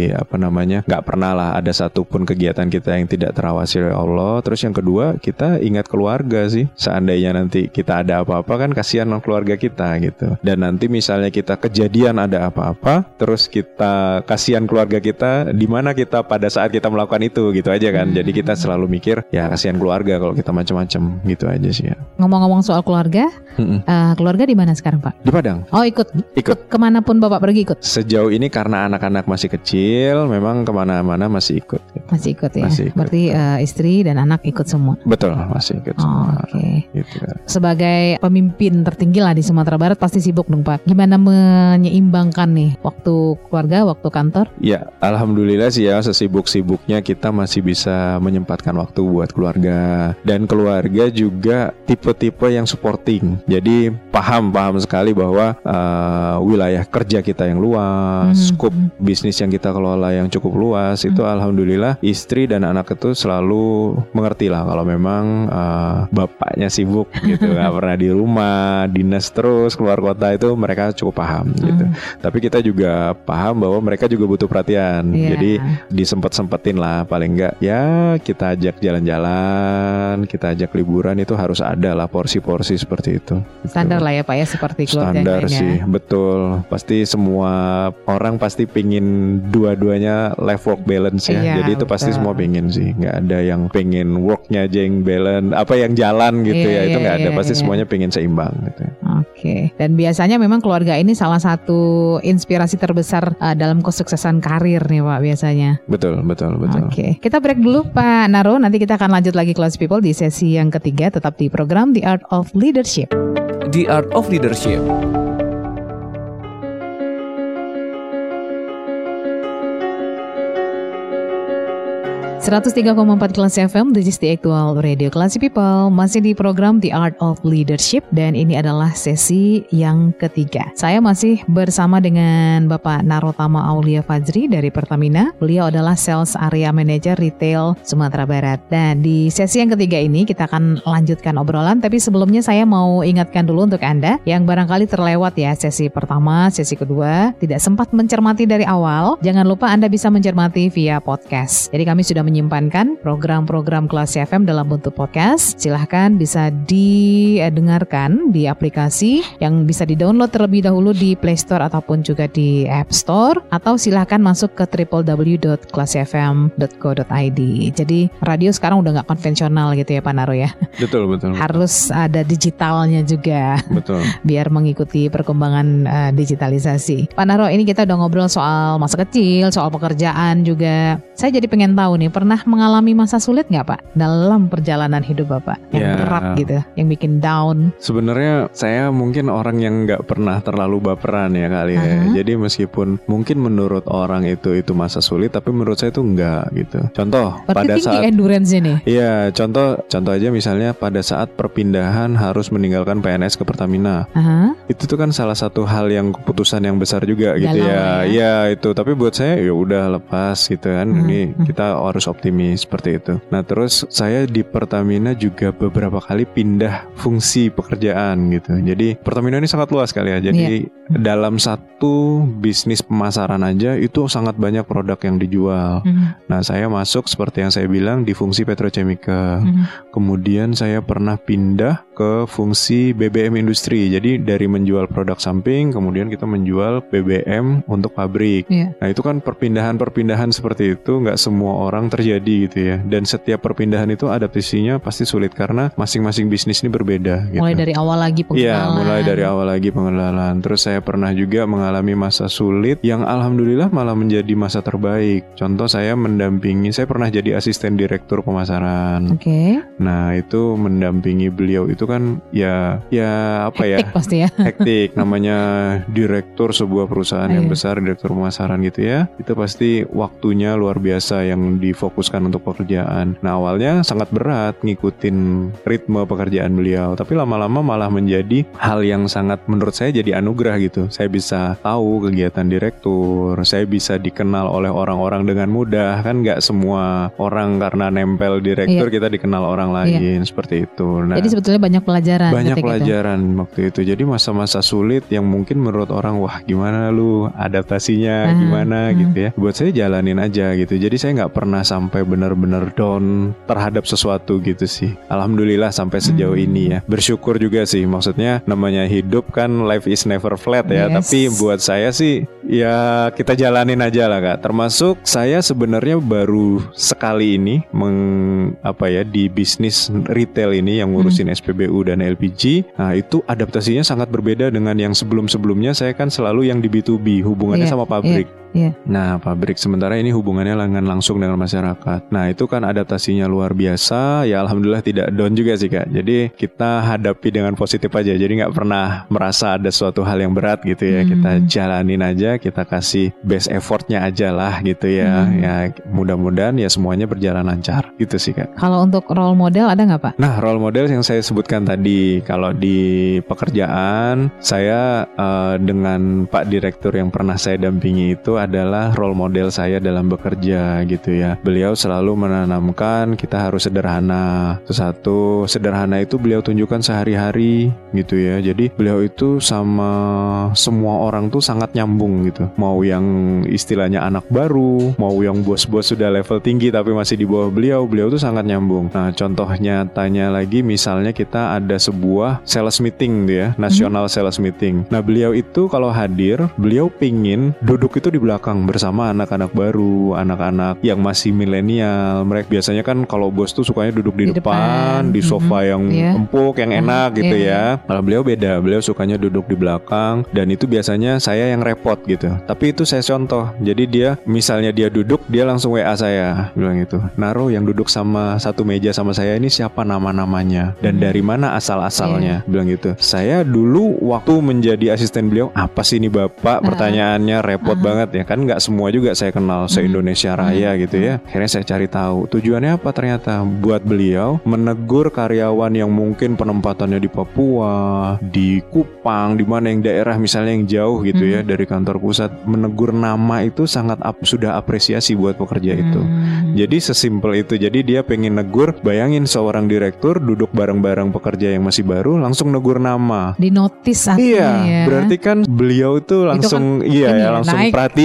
nggak pernah lah ada satupun kegiatan kita yang tidak terawasi oleh Allah. Terus yang kedua, kita ingat keluarga sih. Seandainya nanti kita ada apa-apa kan kasihan keluarga kita gitu. Dan nanti misalnya kita kejadian ada apa-apa, terus kita kasihan keluarga kita, di mana kita pada saat kita melakukan itu gitu aja kan. Jadi kita selalu mikir ya kasihan keluarga kalau kita macam-macam gitu aja sih ya. Ngomong-ngomong soal keluarga, keluarga di mana sekarang Pak? Di Padang. Oh ikut kemanapun Bapak pergi ikut? Sejauh ini karena anak-anak masih kecil, memang kemana-mana masih ikut. Gitu. Masih ikut ya? Masih ikut. Berarti istri dan anak ikut semua? Betul, masih ikut semua. Oke. Gitu, kan. Sebagai pemimpin tertinggi lah di Sumatera Barat pasti sibuk dong Pak. Gimana menyeimbangkan nih waktu keluarga, waktu kantor? Ya, alhamdulillah sih ya, sesibuk-sibuknya kita masih bisa menyempatkan waktu buat keluarga. Dan keluarga juga tipe-tipe yang supporting. Jadi paham sekali bahwa wilayah kerja kita yang luas, skop bisnis yang kita kelola yang cukup luas, itu alhamdulillah istri dan anak itu selalu mengerti lah kalau memang bapaknya sibuk gitu, nggak pernah di rumah, dinas terus, keluar kota, itu mereka cukup paham gitu. Tapi kita juga paham bahwa mereka juga butuh perhatian. Jadi disempet-sempetin lah, paling enggak ya kita ajak jalan-jalan, kita ajak liburan, itu harus ada lah porsi-porsi seperti itu. Standar lah ya Pak ya, seperti keluarga. Standar sih, betul. Pasti semua orang pasti pingin dua-duanya life work balance ya. Jadi itu pasti semua pingin sih. Nggak ada yang pingin worknya aja yang balance, apa yang jalan gitu ya. Itu nggak ada. Pasti semuanya pingin seimbang gitu. Oke. Dan biasanya memang keluarga ini salah satu inspirasi terbesar dalam kesuksesan karir nih Pak biasanya. Betul. Oke. Kita break dulu Pak Naro. Nanti kita akan lanjut lagi Classy People di sesi yang ketiga, tetap di program The Art of Leadership. The Art of Leadership. 103,4 Classy FM, this is the actual radio Classy People. Masih di program The Art of Leadership, dan ini adalah sesi yang ketiga. Saya masih bersama dengan Bapak Narotama Aulia Fajri dari Pertamina. Beliau adalah Sales Area Manager Retail Sumatera Barat. Dan di sesi yang ketiga ini kita akan lanjutkan obrolan, tapi sebelumnya saya mau ingatkan dulu untuk Anda yang barangkali terlewat ya sesi pertama, sesi kedua, tidak sempat mencermati dari awal. Jangan lupa Anda bisa mencermati via podcast. Jadi kami sudah menyimpankan program-program Klasi FM dalam bentuk podcast. Silahkan bisa didengarkan di aplikasi yang bisa di-download terlebih dahulu di Play Store ataupun juga di App Store. Atau silahkan masuk ke www.klasifm.co.id. Jadi radio sekarang udah gak konvensional gitu ya Pak Naro ya. Betul. Harus ada digitalnya juga. Betul. Biar mengikuti perkembangan digitalisasi. Pak Naro, ini kita udah ngobrol soal masa kecil, soal pekerjaan juga. Saya jadi pengen tahu nih, pernah mengalami masa sulit nggak Pak dalam perjalanan hidup Bapak yang berat gitu, yang bikin down? Sebenarnya saya mungkin orang yang nggak pernah terlalu baperan ya kali ya. Jadi meskipun mungkin menurut orang itu masa sulit, tapi menurut saya itu enggak gitu. Contoh berarti pada saat endurance nih. Iya, contoh aja misalnya pada saat perpindahan harus meninggalkan PNS ke Pertamina. Itu tuh kan salah satu hal yang keputusan yang besar juga gitu ya. Iya itu, tapi buat saya ya udah lepas gitu kan. Ini kita harus optimis seperti itu. Nah terus saya di Pertamina juga beberapa kali pindah fungsi pekerjaan gitu. Jadi Pertamina ini sangat luas kali ya. Jadi dalam satu bisnis pemasaran aja itu sangat banyak produk yang dijual. Nah saya masuk seperti yang saya bilang di fungsi petrochemical. Kemudian saya pernah pindah ke fungsi BBM industri. Jadi dari menjual produk samping, kemudian kita menjual BBM untuk pabrik. Nah itu kan perpindahan seperti itu nggak semua orang terjadi gitu ya. Dan setiap perpindahan itu adaptasinya pasti sulit karena masing-masing bisnis ini berbeda gitu. Mulai dari awal lagi pengenalan. Iya, mulai dari awal lagi pengenalan. Terus saya pernah juga mengalami masa sulit yang alhamdulillah malah menjadi masa terbaik. Contoh saya saya pernah jadi asisten direktur pemasaran. Nah itu mendampingi beliau itu kan ya apa ya? Hektik pasti ya. Hektik, namanya direktur sebuah perusahaan yang besar, direktur pemasaran gitu ya. Itu pasti waktunya luar biasa yang difokuskan untuk pekerjaan. Nah awalnya sangat berat ngikutin ritme pekerjaan beliau, tapi lama-lama malah menjadi hal yang sangat menurut saya jadi anugerah gitu. Saya bisa tahu kegiatan direktur, saya bisa dikenal oleh orang-orang dengan mudah. Kan gak semua orang karena nempel direktur kita dikenal orang lain seperti itu. Nah, jadi sebetulnya banyak pelajaran. Banyak pelajaran waktu itu. Jadi masa-masa sulit yang mungkin menurut orang wah gimana lu adaptasinya gimana gitu ya. Buat saya jalanin aja gitu. Jadi saya gak pernah sampai benar-benar down terhadap sesuatu gitu sih. Alhamdulillah sampai sejauh ini ya. Bersyukur juga sih. Maksudnya namanya hidup kan life is never flat ya. Tapi buat saya sih ya kita jalanin aja lah Kak. Termasuk saya sebenarnya baru sekali ini di bisnis retail ini yang ngurusin SPBU dan LPG. Nah itu adaptasinya sangat berbeda dengan yang sebelum-sebelumnya. Saya kan selalu yang di B2B, hubungannya sama pabrik. Nah pabrik, sementara ini hubungannya langsung dengan masyarakat. Nah itu kan adaptasinya luar biasa. Ya alhamdulillah tidak down juga sih Kak. Jadi kita hadapi dengan positif aja. Jadi gak pernah merasa ada suatu hal yang berat gitu ya. Kita jalanin aja, kita kasih best effortnya aja lah gitu ya. Ya mudah-mudahan ya semuanya berjalan lancar gitu sih Kak. Kalau untuk role model ada gak Pak? Nah role model yang saya sebutkan tadi, kalau di pekerjaan saya dengan Pak Direktur yang pernah saya dampingi itu adalah role model saya dalam bekerja gitu ya. Beliau selalu menanamkan kita harus sederhana. Satu, sederhana itu beliau tunjukkan sehari-hari gitu ya. Jadi beliau itu sama semua orang tuh sangat nyambung gitu. Mau yang istilahnya anak baru, mau yang bos-bos sudah level tinggi tapi masih di bawah beliau tuh sangat nyambung. Nah contohnya tanya lagi, misalnya kita ada sebuah sales meeting gitu ya, national sales meeting. Nah beliau itu kalau hadir, beliau pingin duduk itu di belakang bersama anak-anak baru, anak-anak yang masih milenial. Mereka biasanya kan kalau bos tuh sukanya duduk di depan, di sofa yang empuk, yang enak gitu ya. Malah beliau beda, beliau sukanya duduk di belakang, dan itu biasanya saya yang repot gitu. Tapi itu saya contoh. Jadi dia misalnya dia duduk, dia langsung WA saya, bilang gitu, Naro yang duduk sama satu meja sama saya ini siapa nama-namanya dan dari mana asal-asalnya, bilang gitu. Saya dulu waktu menjadi asisten beliau, apa sih ini bapak, pertanyaannya repot banget ya. Kan gak semua juga saya kenal se-Indonesia Raya gitu ya. Akhirnya saya cari tahu tujuannya apa. Ternyata buat beliau menegur karyawan yang mungkin penempatannya di Papua, di Kupang, di mana yang daerah misalnya yang jauh gitu ya dari kantor pusat. Menegur nama itu sangat sudah apresiasi buat pekerja itu. Jadi sesimpel itu. Jadi dia pengen negur, bayangin seorang direktur duduk bareng-bareng pekerja yang masih baru langsung negur nama. Di notice artinya. Iya, berarti kan beliau itu langsung itu kan langsung perhatian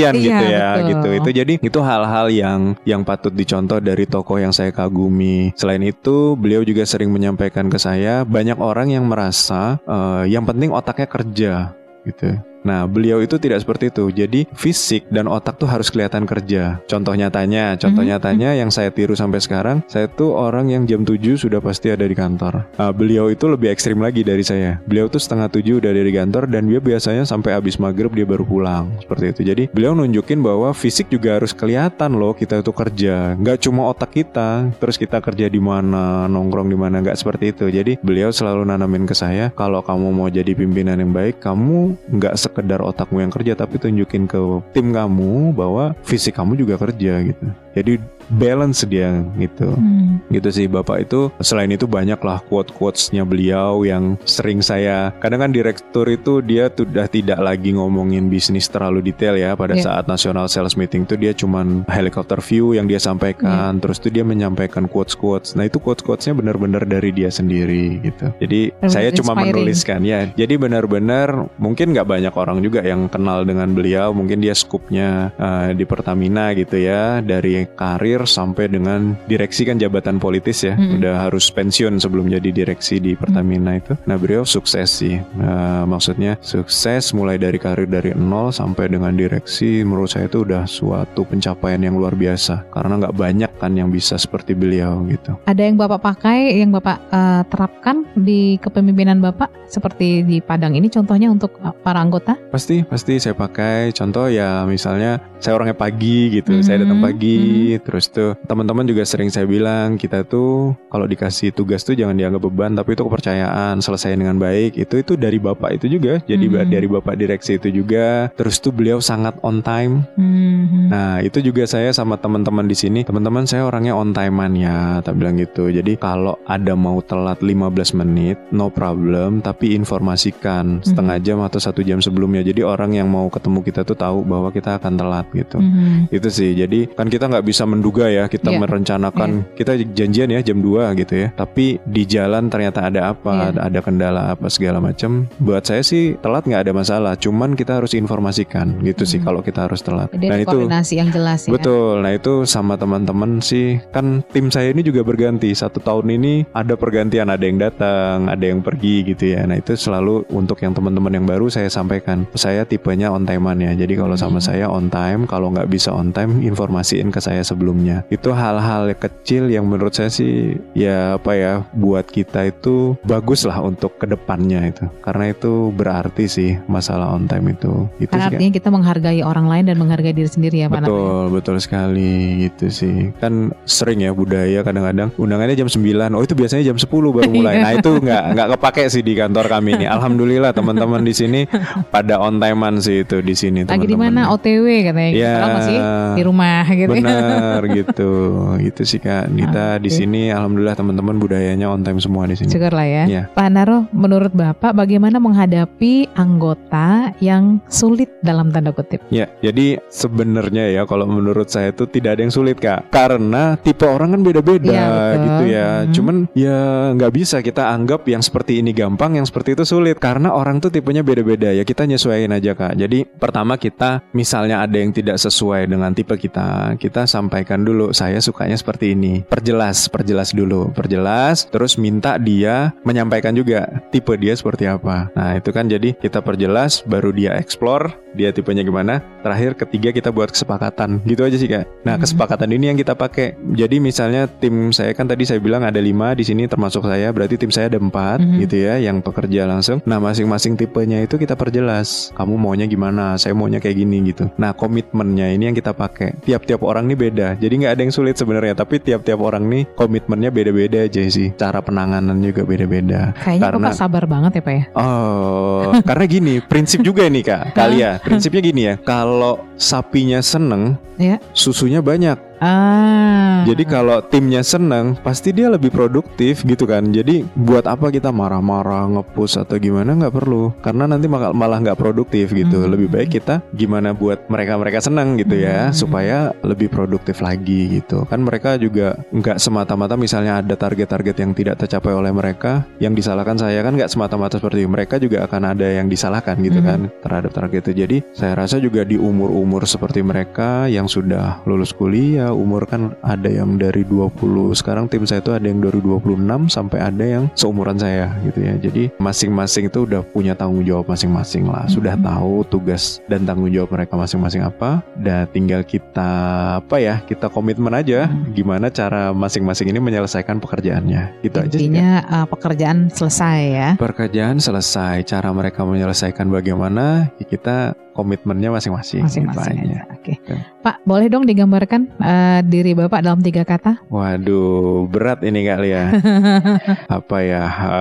pengertian gitu ya, betul. gitu. Itu jadi itu hal-hal yang patut dicontoh dari tokoh yang saya kagumi. Selain itu, beliau juga sering menyampaikan ke saya, banyak orang yang merasa yang penting otaknya kerja gitu. Nah, beliau itu tidak seperti itu. Jadi fisik dan otak tuh harus kelihatan kerja. Contoh nyatanya yang saya tiru sampai sekarang, saya tuh orang yang jam 7 sudah pasti ada di kantor. Beliau itu lebih ekstrim lagi dari saya. Beliau tuh 6:30 udah ada di kantor, dan dia biasanya sampai habis maghrib dia baru pulang. Seperti itu. Jadi beliau nunjukin bahwa fisik juga harus kelihatan loh kita itu kerja. Nggak cuma otak kita, terus kita kerja di mana, nongkrong di mana, nggak seperti itu. Jadi beliau selalu nanamin ke saya, kalau kamu mau jadi pimpinan yang baik, kamu nggak sekedar otakmu yang kerja, tapi tunjukin ke tim kamu bahwa fisik kamu juga kerja gitu. Jadi balance dia gitu. Gitu sih Bapak itu. Selain itu banyak lah quotes-quotesnya beliau yang sering saya, kadang kan direktur itu dia sudah tidak lagi ngomongin bisnis terlalu detail ya. Pada saat national sales meeting itu dia cuman helicopter view yang dia sampaikan. Terus itu dia menyampaikan quotes-quotes. Nah itu quotes-quotesnya benar-benar dari dia sendiri gitu. Jadi saya cuma menuliskan ya. Jadi benar-benar mungkin gak banyak orang juga yang kenal dengan beliau. Mungkin dia skupnya di Pertamina gitu ya, dari karir sampai dengan direksi, kan jabatan politis ya, udah harus pensiun sebelum jadi direksi di Pertamina itu. Nah beliau sukses sih, maksudnya sukses mulai dari karir dari nol sampai dengan direksi. Menurut saya itu udah suatu pencapaian yang luar biasa, karena nggak banyak kan yang bisa seperti beliau gitu. Ada yang Bapak pakai, yang Bapak terapkan di kepemimpinan Bapak seperti di Padang ini, contohnya untuk para anggota? Pasti saya pakai. Contoh ya misalnya saya orangnya pagi gitu, saya datang pagi. Terus tuh teman-teman juga sering saya bilang, kita tuh kalau dikasih tugas tuh jangan dianggap beban, tapi itu kepercayaan, selesai dengan baik. Itu dari Bapak itu juga. Jadi dari Bapak direksi itu juga. Terus tuh beliau sangat on time. Nah itu juga saya sama teman-teman di sini, teman-teman saya orangnya on time-an ya, tak bilang gitu. Jadi kalau ada mau telat 15 menit no problem, tapi informasikan setengah jam atau 1 jam sebelumnya. Jadi orang yang mau ketemu kita tuh tahu bahwa kita akan telat gitu. Itu sih. Jadi kan kita nggak bisa menduga ya, kita merencanakan kita janjian ya jam 2 gitu ya, tapi di jalan ternyata ada apa, ada kendala apa segala macam. Buat saya sih telat nggak ada masalah, cuman kita harus informasikan gitu sih kalau kita harus telat. Jadi nah itu koordinasi yang jelas ya. Betul. Nah itu sama teman-teman sih, kan tim saya ini juga berganti. 1 tahun ini ada pergantian, ada yang datang, ada yang pergi gitu ya. Nah itu selalu untuk yang teman-teman yang baru saya sampaikan, saya tipenya on time-an ya. Jadi kalau sama saya on time, kalau nggak bisa on time informasiin ke saya sebelumnya. Itu hal-hal kecil yang menurut saya sih ya apa ya, buat kita itu bagus lah untuk kedepannya itu, karena itu berarti sih masalah on time itu. Karena artinya kita menghargai orang lain dan menghargai diri sendiri ya Pak. Betul sekali gitu sih. Kan sering ya budaya kadang-kadang undangannya jam 9, oh itu biasanya jam 10 baru mulai. Nah itu nggak kepake sih di kantor kami ini. Alhamdulillah teman-teman di sini pada on time-an sih itu di sini. Lagi di mana OTW katanya, ya, kita masih di rumah gitu. Benar gitu. Itu sih Kak. Kita di sini alhamdulillah teman-teman budayanya on time semua di sini. Syukurlah ya. Pak Naro, menurut Bapak bagaimana menghadapi anggota yang sulit dalam tanda kutip? Ya, jadi sebenarnya ya kalau menurut saya itu tidak ada yang sulit Kak. Karena tipe orang kan beda-beda gitu ya. Cuman ya nggak bisa kita anggap yang seperti ini gampang, yang seperti itu sulit. Karena orang tuh tipenya beda-beda ya. Kita nyesuaiin aja Kak. Jadi pertama kita misalnya ada yang tidak sesuai dengan tipe kita sampaikan dulu, saya sukanya seperti ini. Perjelas dulu. Terus minta dia menyampaikan juga tipe dia seperti apa. Nah itu kan jadi kita perjelas, baru dia explore dia tipenya gimana. Terakhir ketiga kita buat kesepakatan. Gitu aja sih Kak. Nah kesepakatan ini yang kita pakai. Jadi misalnya tim saya kan tadi saya bilang ada 5 di sini termasuk saya, berarti tim saya ada 4 gitu ya yang pekerja langsung. Nah masing-masing tipenya itu kita perjelas. Kamu maunya gimana? Saya maunya kayak gini gitu. Nah komitmennya ini yang kita pakai. Tiap-tiap orang nih beda. Jadi nggak ada yang sulit sebenarnya. Tapi tiap-tiap orang nih komitmennya beda-beda aja sih. Cara penanganan juga beda-beda. Kayaknya Bapak sabar banget ya Pak ya. Oh, karena gini prinsip juga nih Kak. Prinsipnya gini ya. Kalau sapinya seneng, susunya banyak. Jadi kalau timnya senang, pasti dia lebih produktif gitu kan. Jadi buat apa kita marah-marah, nge-push atau gimana, nggak perlu. Karena nanti malah nggak produktif gitu. Lebih baik kita gimana buat mereka senang gitu ya, supaya lebih produktif lagi gitu. Kan mereka juga nggak semata-mata misalnya ada target-target yang tidak tercapai oleh mereka, yang disalahkan saya, kan nggak semata-mata seperti itu. Mereka juga akan ada yang disalahkan gitu kan terhadap target itu. Jadi saya rasa juga di umur-umur seperti mereka yang sudah lulus kuliah, umur kan ada yang dari 20, sekarang tim saya itu ada yang dari 26 sampai ada yang seumuran saya gitu ya. Jadi masing-masing itu udah punya tanggung jawab masing-masing lah, sudah tahu tugas dan tanggung jawab mereka masing-masing apa, dan tinggal kita kita komitmen aja gimana cara masing-masing ini menyelesaikan pekerjaannya. Gitu aja sih. Intinya pekerjaan selesai ya. Pekerjaan selesai, cara mereka menyelesaikan bagaimana, kita komitmennya masing-masing. Masing-masing aja. Oke. Pak, boleh dong digambarkan diri Bapak dalam 3 kata? Waduh, berat ini kali ya. Apa ya?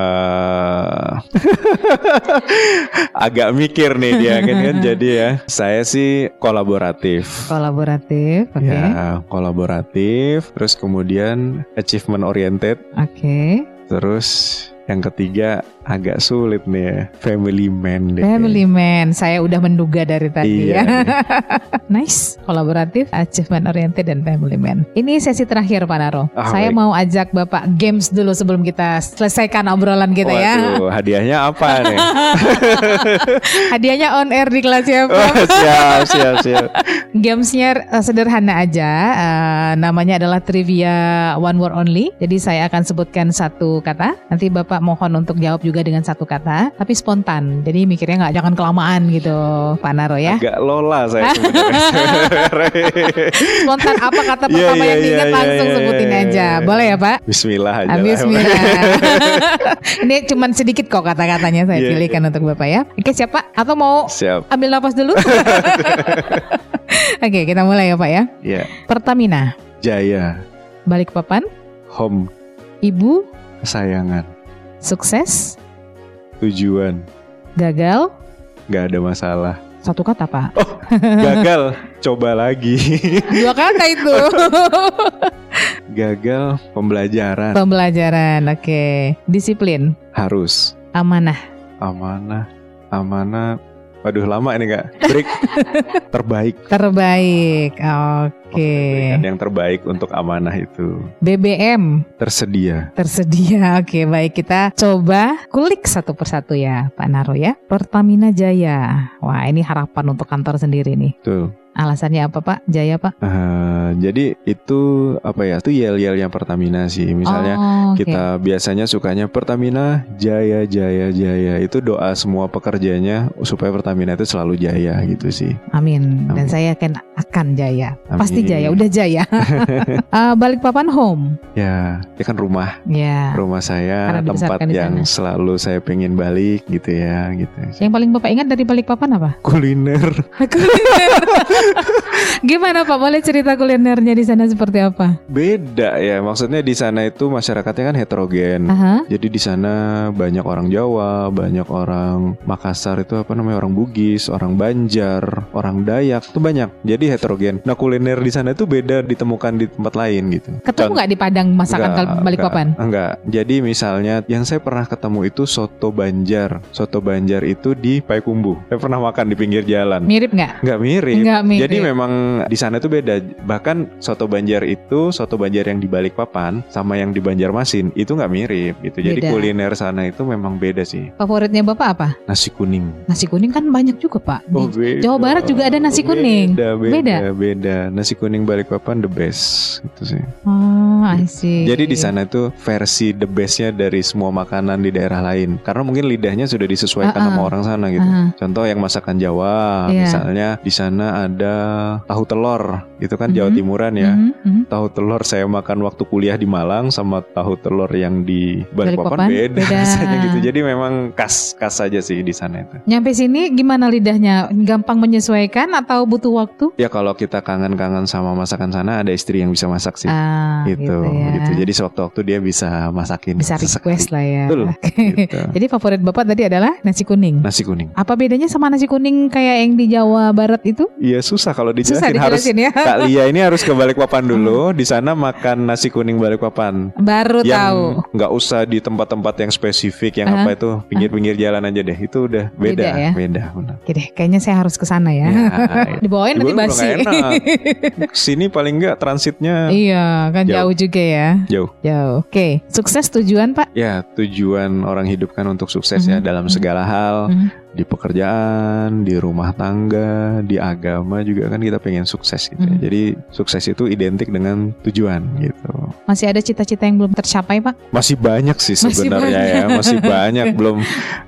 Agak mikir nih dia kan. Jadi ya, saya sih kolaboratif. Kolaboratif, oke. Ya, kolaboratif. Terus kemudian achievement oriented. Oke. Terus yang ketiga agak sulit nih ya, family man deh. Family man, saya udah menduga dari tadi iya, ya. Nice, kolaboratif, achievement oriented, dan family man. Ini sesi terakhir Pak Naro. Saya baik. mau ajak Bapak games dulu sebelum kita selesaikan obrolan kita. Waduh, hadiahnya apa nih? Hadiahnya on air di Kelas FM. Siap. Gamesnya sederhana aja, namanya adalah trivia one word only. Jadi saya akan sebutkan satu kata, nanti Bapak mohon untuk jawab juga dengan satu kata, tapi spontan. Jadi mikirnya jangan kelamaan gitu, Pak Naro ya. Agak lola saya sebenarnya. Spontan, apa kata pertama yang diingat langsung sebutin aja. Boleh ya Pak? Bismillah aja. Bismillah. Ini cuman sedikit kok kata-katanya saya pilihkan untuk Bapak ya. Oke, siapa? Atau mau ambil nafas dulu? Oke, kita mulai ya Pak ya. Iya. Pertamina. Jaya. Balikpapan. Home. Ibu. Kesayangan. Sukses. Tujuan. Gagal. Gak ada masalah. Satu kata Pak. Oh, gagal. Coba lagi. 2 kata itu. Gagal. Pembelajaran. Pembelajaran, oke. Disiplin. Harus. Amanah. Amanah. Waduh, lama ini Kak. Break. Terbaik. Oke. Ada yang terbaik untuk amanah itu. BBM. Tersedia. Oke, baik, kita coba kulik satu persatu ya Pak Naro ya. Pertamina Jaya. Wah, ini harapan untuk kantor sendiri nih. Betul. Alasannya apa Pak? Jaya Pak? Jadi itu itu yel-yelnya Pertamina sih. Misalnya kita biasanya sukanya Pertamina Jaya. Itu doa semua pekerjanya supaya Pertamina itu selalu jaya gitu sih. Amin. Dan saya akan jaya. Amin. Pasti jaya, udah jaya. Balikpapan home. Ya kan rumah. Ya. Rumah saya, tempat yang selalu saya pengen balik gitu ya gitu. Yang paling Bapak ingat dari Balikpapan apa? Kuliner. Gimana Pak? Boleh cerita kulinernya di sana seperti apa? Beda ya, maksudnya di sana itu masyarakatnya kan heterogen. Jadi di sana banyak orang Jawa, banyak orang Makassar itu orang Bugis, orang Banjar, orang Dayak, itu banyak. Jadi heterogen. Nah, kuliner di sana itu beda ditemukan di tempat lain gitu. Ketemu nggak di Padang masakan Balikpapan? Enggak. Jadi misalnya yang saya pernah ketemu itu soto Banjar. Soto Banjar itu di Payakumbuh. Saya pernah makan di pinggir jalan. Mirip nggak? Nggak mirip. Jadi memang di sana itu beda. Bahkan soto Banjar yang di Balikpapan sama yang di Banjarmasin itu nggak mirip gitu. Jadi kuliner sana itu memang beda sih. Favoritnya Bapak apa? Nasi kuning. Nasi kuning kan banyak juga Pak. Di Beda. Jawa Barat juga ada nasi kuning. Beda. Nasi kuning Balikpapan the best gitu sih. I see. Jadi di sana itu versi the bestnya dari semua makanan di daerah lain. Karena mungkin lidahnya sudah disesuaikan sama orang sana gitu. Contoh yang masakan Jawa, misalnya di sana ada tahu telur, itu kan Jawa Timuran ya. Tahu telur saya makan waktu kuliah di Malang sama tahu telur yang di Balikpapan beda rasanya gitu. Jadi memang khas aja sih di sana itu. Nyampe sini gimana lidahnya? Gampang menyesuaikan atau butuh waktu? Ya kalau kita kangen-kangen sama masakan sana, ada istri yang bisa masak sih. Gitu. Jadi sewaktu-waktu dia bisa masakin. Bisa request lah ya. Betul. Gitu. Jadi favorit Bapak tadi adalah nasi kuning. Nasi kuning. Apa bedanya sama nasi kuning kayak yang di Jawa Barat itu? Iya susah kalau dijelasin. Susah dijelasin ya. Kak Lia ini harus ke Balikpapan dulu, di sana makan nasi kuning Balikpapan. Baru yang tahu. Nggak usah di tempat-tempat yang spesifik, yang apa itu pinggir-pinggir jalan aja deh. Itu udah beda ya. Beda benar. Oke deh, kayaknya saya harus ke sana ya. Dibawain nanti basi. Sini paling nggak transitnya. Iya, kan jauh juga ya. Jauh. Oke, sukses tujuan Pak? Ya, tujuan orang hidup kan untuk sukses ya dalam segala hal. Di pekerjaan, di rumah tangga, di agama juga kan kita pengen sukses gitu ya. Jadi sukses itu identik dengan tujuan gitu. Masih ada cita-cita yang belum tercapai Pak? Masih banyak sih sebenarnya ya. Masih banyak belum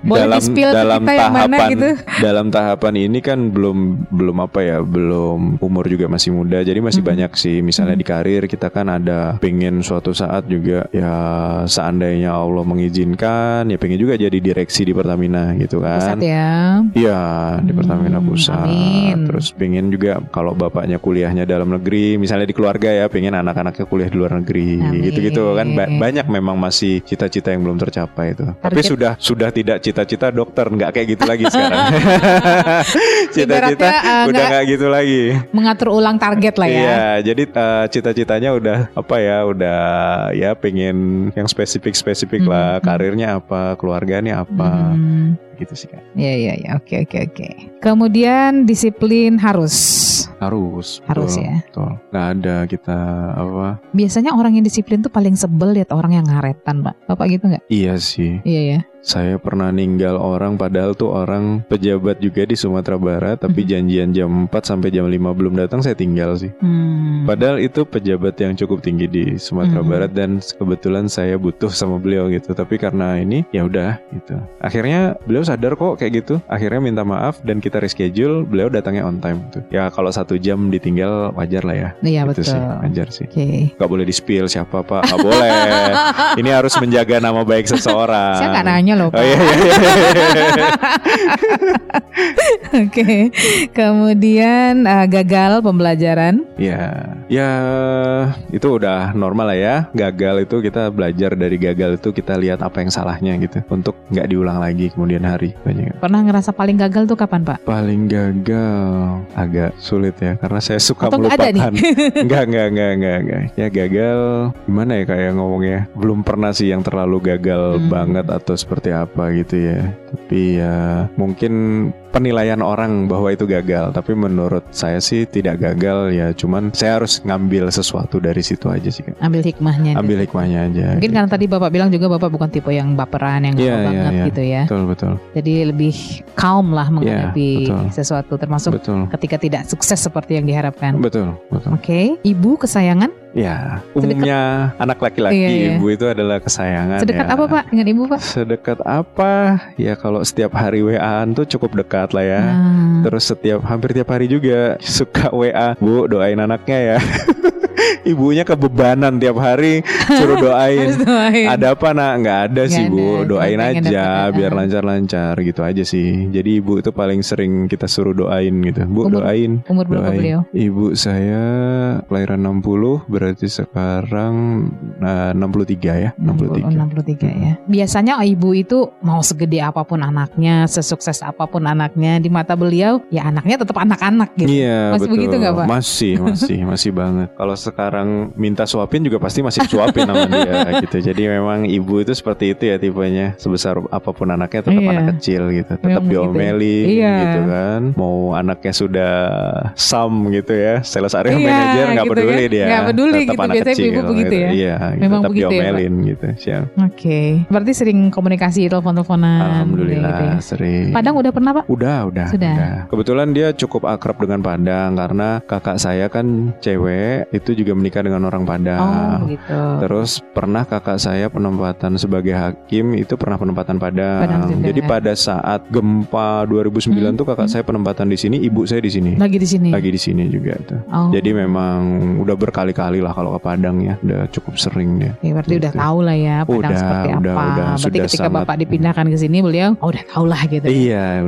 dalam tahapan ini kan belum apa ya, belum umur juga masih muda. Jadi masih banyak sih. Misalnya di karir kita kan ada pengen suatu saat juga ya, seandainya Allah mengizinkan ya pengen juga jadi direksi di Pertamina gitu kan. Pusat ya. Iya, di Pertamina Pusat. Amin. Terus pengen juga kalau bapaknya kuliahnya dalam negeri, misalnya di keluarga ya, pengen anak-anaknya kuliah di luar negeri. Amin. Gitu-gitu kan banyak memang masih cita-cita yang belum tercapai itu. Tapi sudah tidak cita-cita dokter, nggak kayak gitu lagi sekarang. Cita-cita udah nggak gitu lagi. Mengatur ulang target lah ya. Iya, jadi cita-citanya udah apa ya, udah ya pengen yang spesifik lah, karirnya apa, keluarganya apa. Gitu sih kan. Iya. Oke. Kemudian disiplin harus betul, ya. Betul. Nggak ada kita apa. Biasanya orang yang disiplin tuh paling sebel lihat orang yang ngaretan, Pak. Bapak gitu nggak? Iya sih. Iya ya. Saya pernah ninggal orang, padahal tuh orang pejabat juga di Sumatera Barat, tapi janjian jam 4 sampai jam 5 belum datang, saya tinggal sih. Padahal itu pejabat yang cukup tinggi di Sumatera Barat dan kebetulan saya butuh sama beliau gitu. Tapi karena ini ya udah gitu. Akhirnya beliau sadar kok kayak gitu. Akhirnya minta maaf dan kita reschedule, beliau datangnya on time tuh. Ya kalau 1 jam ditinggal wajar lah ya. Iya gitu betul. Sih, wajar sih. Gak boleh di-spill siapa Pak, gak boleh. Ini harus menjaga nama baik seseorang. Saya gak nanya loh Pak. Oh, iya. Oke. Kemudian gagal pembelajaran. Ya itu udah normal lah ya. Gagal itu kita belajar dari gagal itu, kita lihat apa yang salahnya gitu untuk nggak diulang lagi kemudian hari. Pernah ngerasa paling gagal tuh kapan Pak? Paling gagal agak sulit ya, karena saya suka atau melupakan. Enggak Ya gagal gimana ya kayak ngomongnya, belum pernah sih yang terlalu gagal banget atau seperti apa gitu ya. Tapi ya mungkin penilaian orang bahwa itu gagal, tapi menurut saya sih tidak gagal ya, cuman saya harus ngambil sesuatu dari situ aja sih kan. Ambil hikmahnya aja. Mungkin karena tadi Bapak bilang juga Bapak bukan tipe yang baperan, yang gampang banget gitu ya. Betul. Jadi lebih calm lah menghadapi sesuatu, termasuk ketika tidak sukses seperti yang diharapkan. Betul. Oke. Ibu kesayangan? Ya, umumnya anak laki-laki ibu itu adalah kesayangan. Sedekat apa Pak dengan ibu Pak? Sedekat apa? Ya kalau setiap hari WA-an tuh cukup dekat lah ya. Terus hampir tiap hari juga suka WA, Bu doain anaknya ya. Ibunya kebebanan tiap hari suruh doain. Ada apa nak? Nggak ada sih Bu, doain aja biar lancar-lancar gitu aja sih. Jadi ibu itu paling sering kita suruh doain gitu. Bu doain. Umur berapa beliau? Ibu saya kelahiran 60, berarti sekarang 63 ya. 63 ya. Biasanya ibu itu mau segede apapun anaknya, sesukses apapun anaknya, di mata beliau ya anaknya tetap anak-anak gitu. Iya, masih betul. Begitu nggak Pak? Masih banget. Kalau sekarang minta suapin juga pasti masih suapin sama dia gitu. Jadi memang ibu itu seperti itu ya tipenya. Sebesar apapun anaknya tetap anak kecil gitu. Tetap diomelin gitu kan. Mau anaknya sudah gitu ya, sales area manager nggak gitu peduli ya. Dia. Nggak peduli tetap gitu. anak Biasanya kecil, ibu begitu ya. Iya, memang tetap begitu diomelin ya, gitu. Oke. Berarti sering komunikasi, telepon-teleponan. Alhamdulillah gitu ya. sering. Padang udah pernah Pak? Sudah. Kebetulan dia cukup akrab dengan Padang karena kakak saya kan cewek, itu juga menikah dengan orang Padang. Oh gitu. Terus pernah kakak saya penempatan sebagai hakim, itu pernah penempatan Padang juga, jadi pada saat gempa 2009 tuh kakak saya penempatan di sini, ibu saya di sini. Lagi di sini juga tuh. Jadi memang udah berkali-kali lah kalau ke Padang ya, udah cukup sering dia. Oke, berarti udah tahu lah ya Padang seperti apa. Berarti ketika Bapak dipindahkan ke sini beliau udah tahu lah gitu. Iya,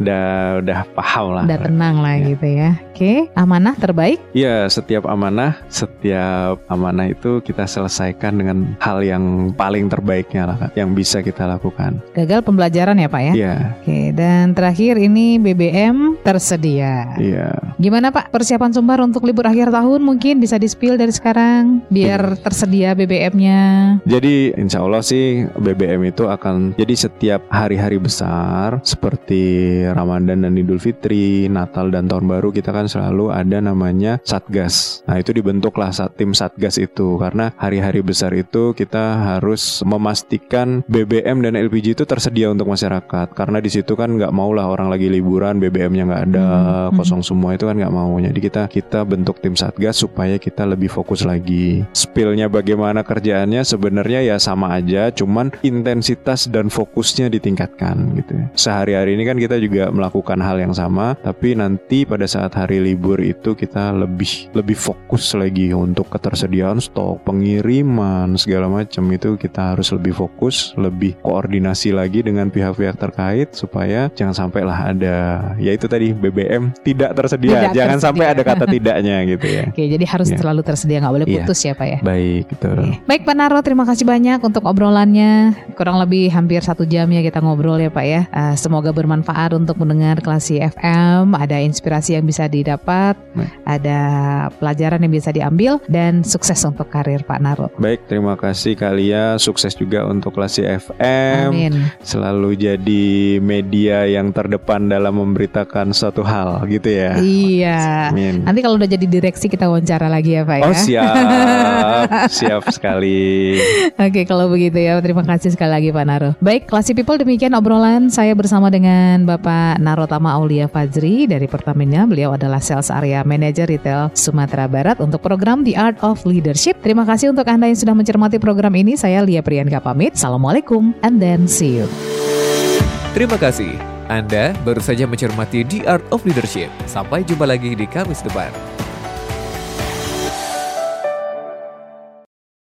udah paham lah. Udah tenang lah gitu ya. Oke, amanah terbaik? Iya, setiap amanah setiap amanah itu kita selesaikan dengan hal yang paling terbaiknya lah Kak, yang bisa kita lakukan. Gagal pembelajaran ya Pak ya? Iya. Oke, dan terakhir ini BBM tersedia. Iya. Gimana Pak persiapan Sumbar untuk libur akhir tahun, mungkin bisa di-spill dari sekarang biar tersedia BBM-nya? Jadi insya Allah sih BBM itu akan jadi setiap hari-hari besar seperti Ramadan dan Idul Fitri, Natal dan Tahun Baru, kita kan selalu ada namanya Satgas. Nah itu dibentuklah tim Satgas itu karena hari-hari besar itu kita harus memastikan BBM dan LPG itu tersedia untuk masyarakat, karena di situ kan nggak maulah orang lagi liburan BBM-nya nggak ada, kosong semua, itu kan nggak mau. Jadi kita bentuk tim Satgas supaya kita lebih fokus lagi. Spillnya bagaimana kerjaannya sebenarnya ya sama aja, cuman intensitas dan fokusnya ditingkatkan gitu. Sehari-hari ini kan kita juga melakukan hal yang sama, tapi nanti pada saat hari libur itu kita lebih fokus lagi untuk ketersediaan stok, pengiriman segala macam, itu kita harus lebih fokus, lebih koordinasi lagi dengan pihak-pihak terkait supaya jangan sampailah ada ya itu tadi BBM tidak tersedia, jangan sampai ada kata tidaknya gitu ya. Oke, jadi harus selalu tersedia, nggak boleh putus ya Pak ya. Baik, betul. Baik Pak Naro, terima kasih banyak untuk obrolannya. Kurang lebih hampir 1 jam ya kita ngobrol ya Pak ya. Semoga bermanfaat untuk mendengar Klasi FM. Ada inspirasi yang bisa didapat, ada pelajaran yang bisa diambil, dan sukses untuk karir Pak Naro. Baik, terima kasih Kak Lia. Sukses juga untuk Klasi FM. Amin. Selalu jadi media yang terdepan dalam memberitakan suatu hal gitu ya. Iya. Amin. Nanti kalau udah jadi direksi kita wawancara lagi ya Pak ya. Oh siap. Siap sekali. Oke, kalau begitu ya, terima kasih sekali lagi Pak Naro. Baik, Klasi People, demikian obrolan saya bersama dengan Bapak Narotama Aulia Fajri dari Pertamina. Beliau adalah Sales Area Manager Retail Sumatera Barat untuk program The Art of Leadership. Terima kasih untuk Anda yang sudah mencermati program ini. Saya Lia Priyanka pamit. Assalamualaikum and then see you. Terima kasih. Anda baru saja mencermati The Art of Leadership. Sampai jumpa lagi di Kamis depan.